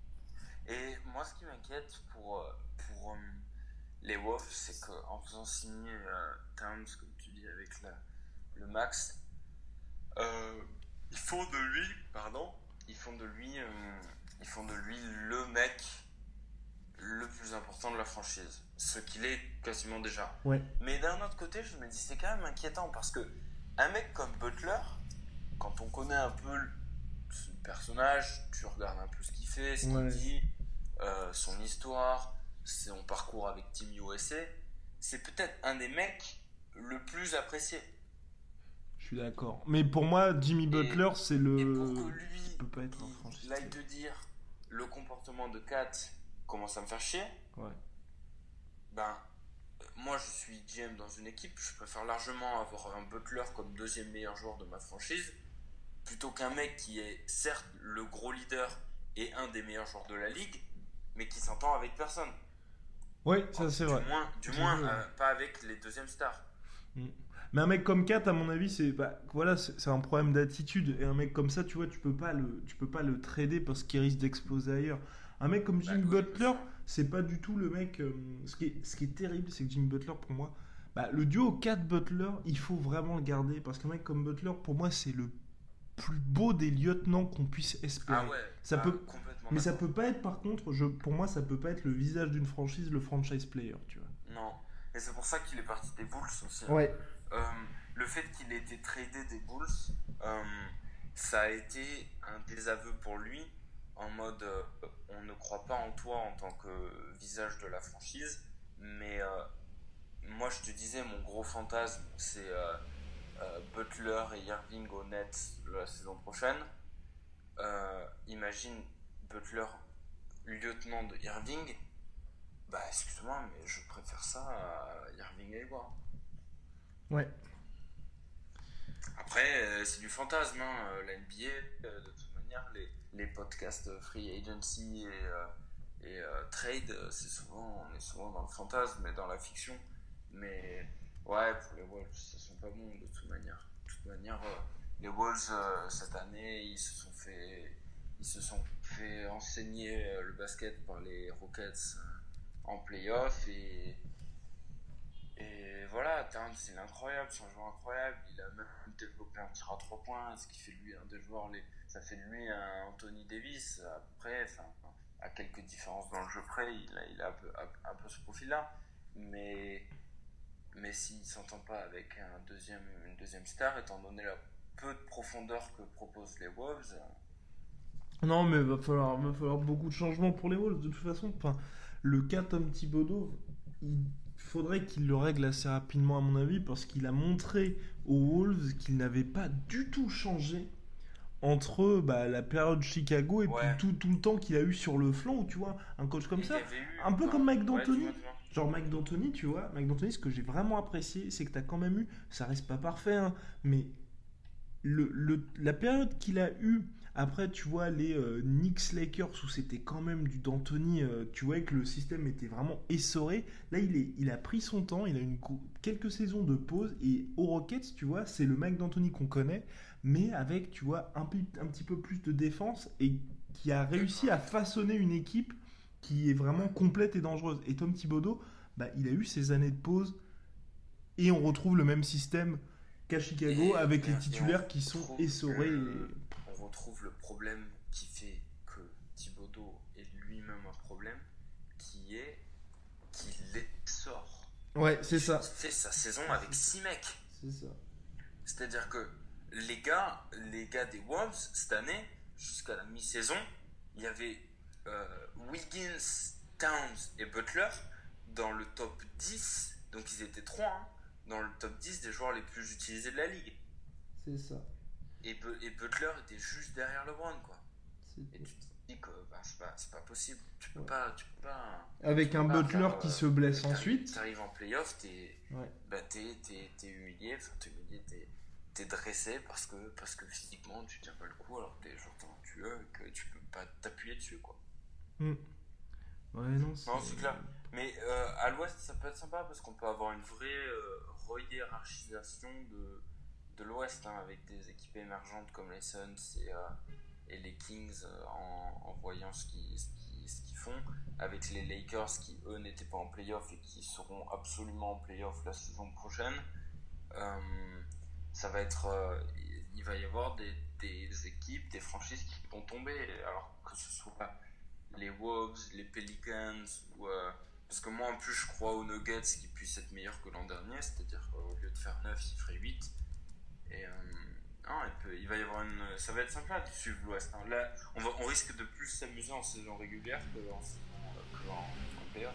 Et moi, ce qui m'inquiète pour, pour euh, les Wolves, c'est qu'en faisant signer euh, Towns, comme tu dis, avec la, le max, euh, ils font de lui, pardon, ils font de lui, euh, ils font de lui le mec le plus important de la franchise, ce qu'il est quasiment déjà. Ouais. Mais d'un autre côté, je me dis c'est quand même inquiétant parce que un mec comme Butler, quand on connaît un peu le personnage, tu regardes un peu ce qu'il fait, ce ouais. qu'il dit, euh, son histoire, son parcours avec Team U S A, c'est peut-être un des mecs le plus apprécié. Je suis d'accord. Mais pour moi, Jimmy Butler, et, c'est le. Et pour que lui, il peut pas être un franchise. Là, il te dire le comportement de Kat commence à me faire chier. Ouais. Ben. Moi, je suis G M dans une équipe, je préfère largement avoir un Butler comme deuxième meilleur joueur de ma franchise, plutôt qu'un mec qui est certes le gros leader et un des meilleurs joueurs de la ligue, mais qui s'entend avec personne. Oui, ça c'est du vrai. Moins, du c'est moins, vrai. Euh, pas avec les deuxièmes stars. Mm. Mais un mec comme Kat, à mon avis, c'est bah, voilà, c'est, c'est un problème d'attitude. Et un mec comme ça, tu vois, tu peux pas le, tu peux pas le trader parce qu'il risque d'exploser ailleurs. Un mec comme Jimmy bah, Butler, oui, c'est pas du tout le mec. Euh, ce, qui est, ce qui est terrible, c'est que Jimmy Butler, pour moi, bah, le duo Kat Butler, il faut vraiment le garder parce qu'un mec comme Butler, pour moi, c'est le plus beau des lieutenants qu'on puisse espérer. Ah ouais, ça ah, peut, complètement. Mais ça peut pas être, par contre, je, pour moi, ça peut pas être le visage d'une franchise, le franchise player, tu vois. Non, et c'est pour ça qu'il est parti des Bulls aussi. Ouais. Euh, le fait qu'il ait été tradé des Bulls, euh, ça a été un désaveu pour lui, en mode euh, on ne croit pas en toi en tant que visage de la franchise, mais euh, moi je te disais, mon gros fantasme c'est euh, euh, Butler et Irving au Nets la saison prochaine. Euh, imagine Butler lieutenant de Irving, bah excuse-moi, mais je préfère ça à Irving et Hayward. Ouais. Après, euh, c'est du fantasme, hein, euh, la N B A, euh, de toute manière, les, les podcasts Free Agency et, euh, et euh, Trade, euh, c'est souvent, on est souvent dans le fantasme et dans la fiction. Mais ouais, pour les Wolves, ça sent pas bon de toute manière. De toute manière, euh, les Wolves, euh, cette année, ils se sont fait, ils se sont fait enseigner euh, le basket par les Rockets euh, en playoff et. Et voilà, Towns, il est incroyable, c'est un joueur incroyable. Il a même développé un tir à trois points, ce qui fait de lui un des joueurs, les... ça fait de lui un Anthony Davis. Après, enfin, à quelques différences dans le jeu près, il a, il a un, peu, un peu ce profil-là. Mais, mais s'il ne s'entend pas avec un deuxième, une deuxième star, étant donné le peu de profondeur que proposent les Wolves. Non, mais va falloir, va falloir beaucoup de changements pour les Wolves, de toute façon. Enfin, le cas Tom Thibodeau, il faudrait qu'il le règle assez rapidement à mon avis, parce qu'il a montré aux Wolves qu'il n'avait pas du tout changé entre bah, la période Chicago et Ouais. puis tout, tout le temps qu'il a eu sur le flanc, où tu vois, un coach comme Il y ça, avait eu un peu un- comme Mike Ouais, D'Antoni. dis-moi, dis-moi. Genre Mike D'Antoni, tu vois, Mike D'Antoni, ce que j'ai vraiment apprécié, c'est que t'as quand même eu, ça reste pas parfait, hein, mais le, le- la période qu'il a eue, après, tu vois, les euh, Knicks Lakers, où c'était quand même du D'Antoni, euh, tu vois que le système était vraiment essoré. Là, il, est, il a pris son temps, il a eu quelques saisons de pause, et aux Rockets, tu vois, c'est le Mike D'Antoni qu'on connaît, mais avec, tu vois, un, un petit peu plus de défense, et qui a réussi à façonner une équipe qui est vraiment complète et dangereuse. Et Tom Thibodeau, bah, il a eu ses années de pause, et on retrouve le même système qu'à Chicago, Et- avec et- les et titulaires on qui sont retrouve essorés. le- et- On retrouve le problème qui fait que Thibodeau est lui-même un problème, qui est qu'il les sort. Ouais, c'est Il ça. fait sa saison avec six mecs. C'est ça. C'est-à-dire que les gars, les gars des Wolves, cette année, jusqu'à la mi-saison, il y avait euh, Wiggins, Towns et Butler dans le top dix, donc ils étaient trois, hein, dans le top dix des joueurs les plus utilisés de la ligue. C'est ça. Et, Bu- et Butler était juste derrière LeBron, quoi. C'est Et tu te dis que bah, c'est pas, c'est pas possible. Tu peux Ouais. pas, tu peux pas. Avec tu un peux pas Butler faire, qui euh, se blesse t'arrives- ensuite. T'arrives en playoff, t'es, Ouais. bah, t'es, t'es, t'es humilié, enfin t'es humilié, t'es, t'es dressé parce que, parce que physiquement tu tiens pas le coup alors que t'es genre talentueux et que tu peux pas t'appuyer dessus, quoi. Mm. Ouais, non, c'est... Non, c'est clair. Mais euh, à l'ouest, ça peut être sympa parce qu'on peut avoir une vraie euh, re-hiérarchisation de, de l'ouest, hein, avec des équipes émergentes comme les Suns et, euh, et les Kings euh, en, en voyant ce qu'ils, ce, qu'ils, ce qu'ils font, avec les Lakers qui eux n'étaient pas en playoff et qui seront absolument en playoff la saison prochaine. Euh, ça va être, euh, il va y avoir des, des équipes, des franchises qui vont tomber, alors que ce soit les Wolves, les Pelicans, ou, euh, parce que moi en plus je crois aux Nuggets qui puissent être meilleurs que l'an dernier, c'est-à-dire qu'au lieu de faire neuf, ils feraient huit. Et euh, non, il, peut, il va y avoir une, ça va être sympa de suivre l'Ouest. Hein. Là, on, va, on risque de plus s'amuser en saison régulière que en, que en, en playoff.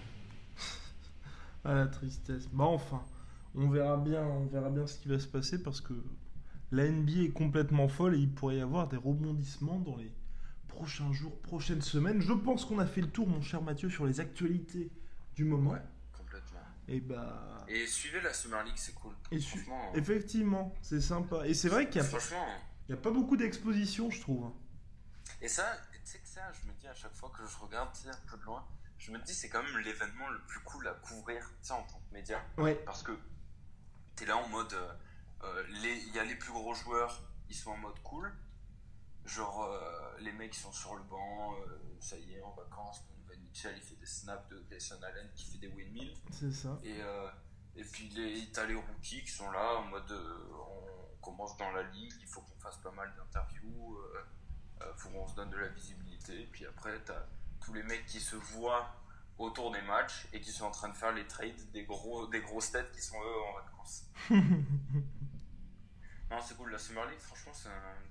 Ah, la tristesse. Bah enfin, on verra bien, on verra bien ce qui va se passer, parce que la N B A est complètement folle et il pourrait y avoir des rebondissements dans les prochains jours, prochaines semaines. Je pense qu'on a fait le tour, mon cher Mathieu, sur les actualités du moment. Ouais, complètement. Et bah... Et suivez la Summer League, c'est cool. Et su- Franchement, Effectivement, c'est sympa. Et c'est vrai qu'il n'y a, pas- franchement. il y a pas beaucoup d'expositions, je trouve. Et ça, tu sais que ça, je me dis à chaque fois que je regarde, tu sais, un peu de loin, je me dis c'est quand même l'événement le plus cool à couvrir, tu sais, en tant que média. Ouais. Parce que t'es là en mode, euh, euh, les- il y a les plus gros joueurs, ils sont en mode cool. Genre, euh, les mecs qui sont sur le banc, euh, ça y est, en vacances, Donovan Mitchell, il fait des snaps de Grayson Allen qui fait des windmills. C'est ça. Et, euh, et puis les, t'as les rookies qui sont là en mode euh, on commence dans la ligue, il faut qu'on fasse pas mal d'interviews, euh, euh, faut qu'on se donne de la visibilité. Et puis après, t'as tous les mecs qui se voient autour des matchs et qui sont en train de faire les trades des, gros, des grosses têtes qui sont eux en vacances. Non, c'est cool, la Summer League, franchement, c'est un petit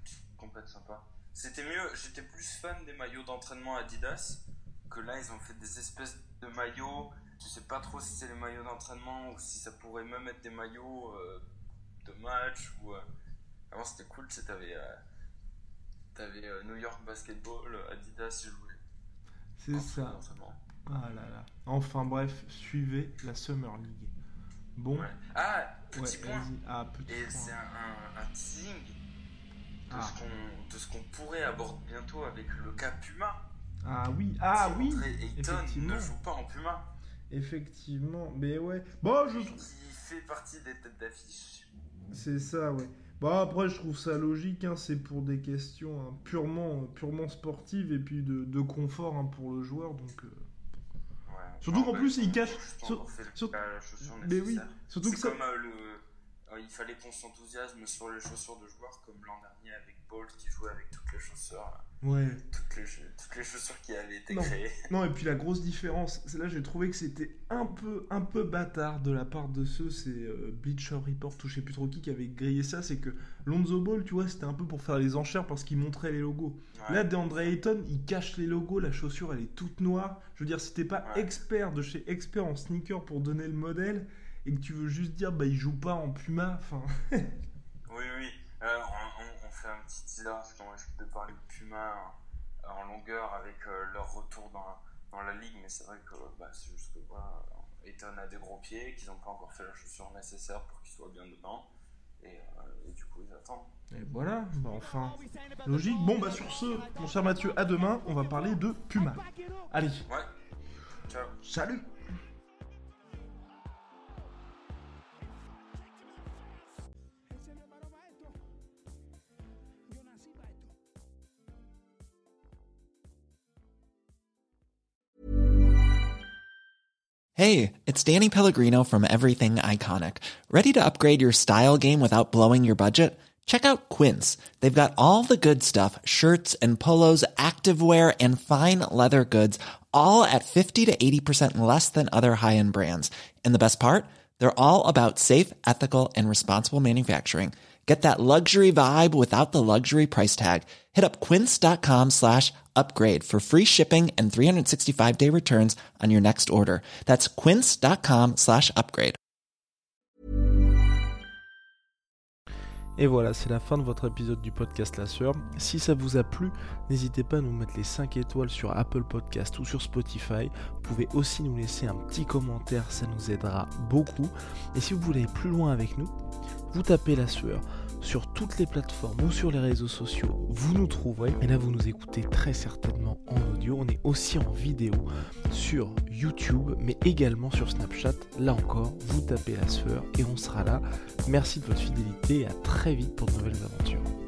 compète sympa. C'était mieux, j'étais plus fan des maillots d'entraînement Adidas, que là ils ont fait des espèces de maillots, je sais pas trop si c'est les maillots d'entraînement ou si ça pourrait même être des maillots euh, de match ou... Euh... Avant c'était cool, tu sais, t'avais, euh, t'avais euh, New York Basketball, Adidas, je jouais. C'est ça. Ah là là. Enfin bref, suivez la Summer League. Bon. Ouais. Ah, petit ouais, point. Ah, petit Et point. c'est un, un, un teasing de, ah. ce qu'on, de ce qu'on pourrait aborder bientôt avec le cas Puma. Ah oui, ah Qui oui. Ayton ne joue pas en Puma. Effectivement, mais ouais. Bon, je trouve. Qui fait partie des têtes d'affiche. C'est ça, ouais. Bon, après, je trouve ça logique, hein, c'est pour des questions hein, purement, purement sportives et puis de, de confort hein, pour le joueur, donc. Euh... Ouais, surtout qu'en bah, plus, il cache. Sur... Sur... Mais oui, surtout c'est que ça. Comme, euh, le... euh, il fallait qu'on s'enthousiasme sur les chaussures de joueurs, comme l'an dernier avec Paul qui jouait avec toutes les chaussures. Ouais. Toutes les, toutes les chaussures qui avaient été non. créées. Non, et puis la grosse différence, c'est là j'ai trouvé que c'était un peu, un peu bâtard de la part de ceux, c'est euh, Bleacher Report ou je sais plus trop qui qui avait grillé ça, c'est que Lonzo Ball, tu vois, c'était un peu pour faire les enchères parce qu'il montrait les logos. Ouais. Là, DeAndre Ayton, il cache les logos, la chaussure elle est toute noire. Je veux dire, si t'es pas ouais. expert de chez expert en sneakers pour donner le modèle et que tu veux juste dire bah il joue pas en Puma, enfin. oui, oui. Euh, on, on, on fait un petit teaser parce qu'on risque de parler de Puma en, en longueur avec euh, leur retour dans, dans la ligue, mais c'est vrai que bah, c'est juste que voilà, Ayton a des gros pieds, qu'ils n'ont pas encore fait la chaussure nécessaire pour qu'il soit bien dedans, et, euh, et du coup ils attendent. Et voilà, bah enfin, logique. Bon bah sur ce, mon cher Mathieu, à demain, on va parler de Puma. Allez. Ouais. Ciao. Salut. Hey, it's Danny Pellegrino from Everything Iconic. Ready to upgrade your style game without blowing your budget? Check out Quince. They've got all the good stuff, shirts and polos, activewear, and fine leather goods, all at fifty to eighty percent less than other high-end brands. And the best part? They're all about safe, ethical, and responsible manufacturing. Get that luxury vibe without the luxury price tag. Hit up quince.com slash upgrade for free shipping and three sixty-five day returns on your next order. That's quince.com slash upgrade. Et voilà, c'est la fin de votre épisode du podcast La Sueur. Si ça vous a plu, n'hésitez pas à nous mettre les cinq étoiles sur Apple Podcast ou sur Spotify. Vous pouvez aussi nous laisser un petit commentaire, ça nous aidera beaucoup. Et si vous voulez aller plus loin avec nous, vous tapez La Sueur sur toutes les plateformes ou sur les réseaux sociaux, vous nous trouverez. Et là, vous nous écoutez très certainement en audio. On est aussi en vidéo sur YouTube, mais également sur Snapchat. Là encore, vous tapez La Sueur et on sera là. Merci de votre fidélité et à très vite pour de nouvelles aventures.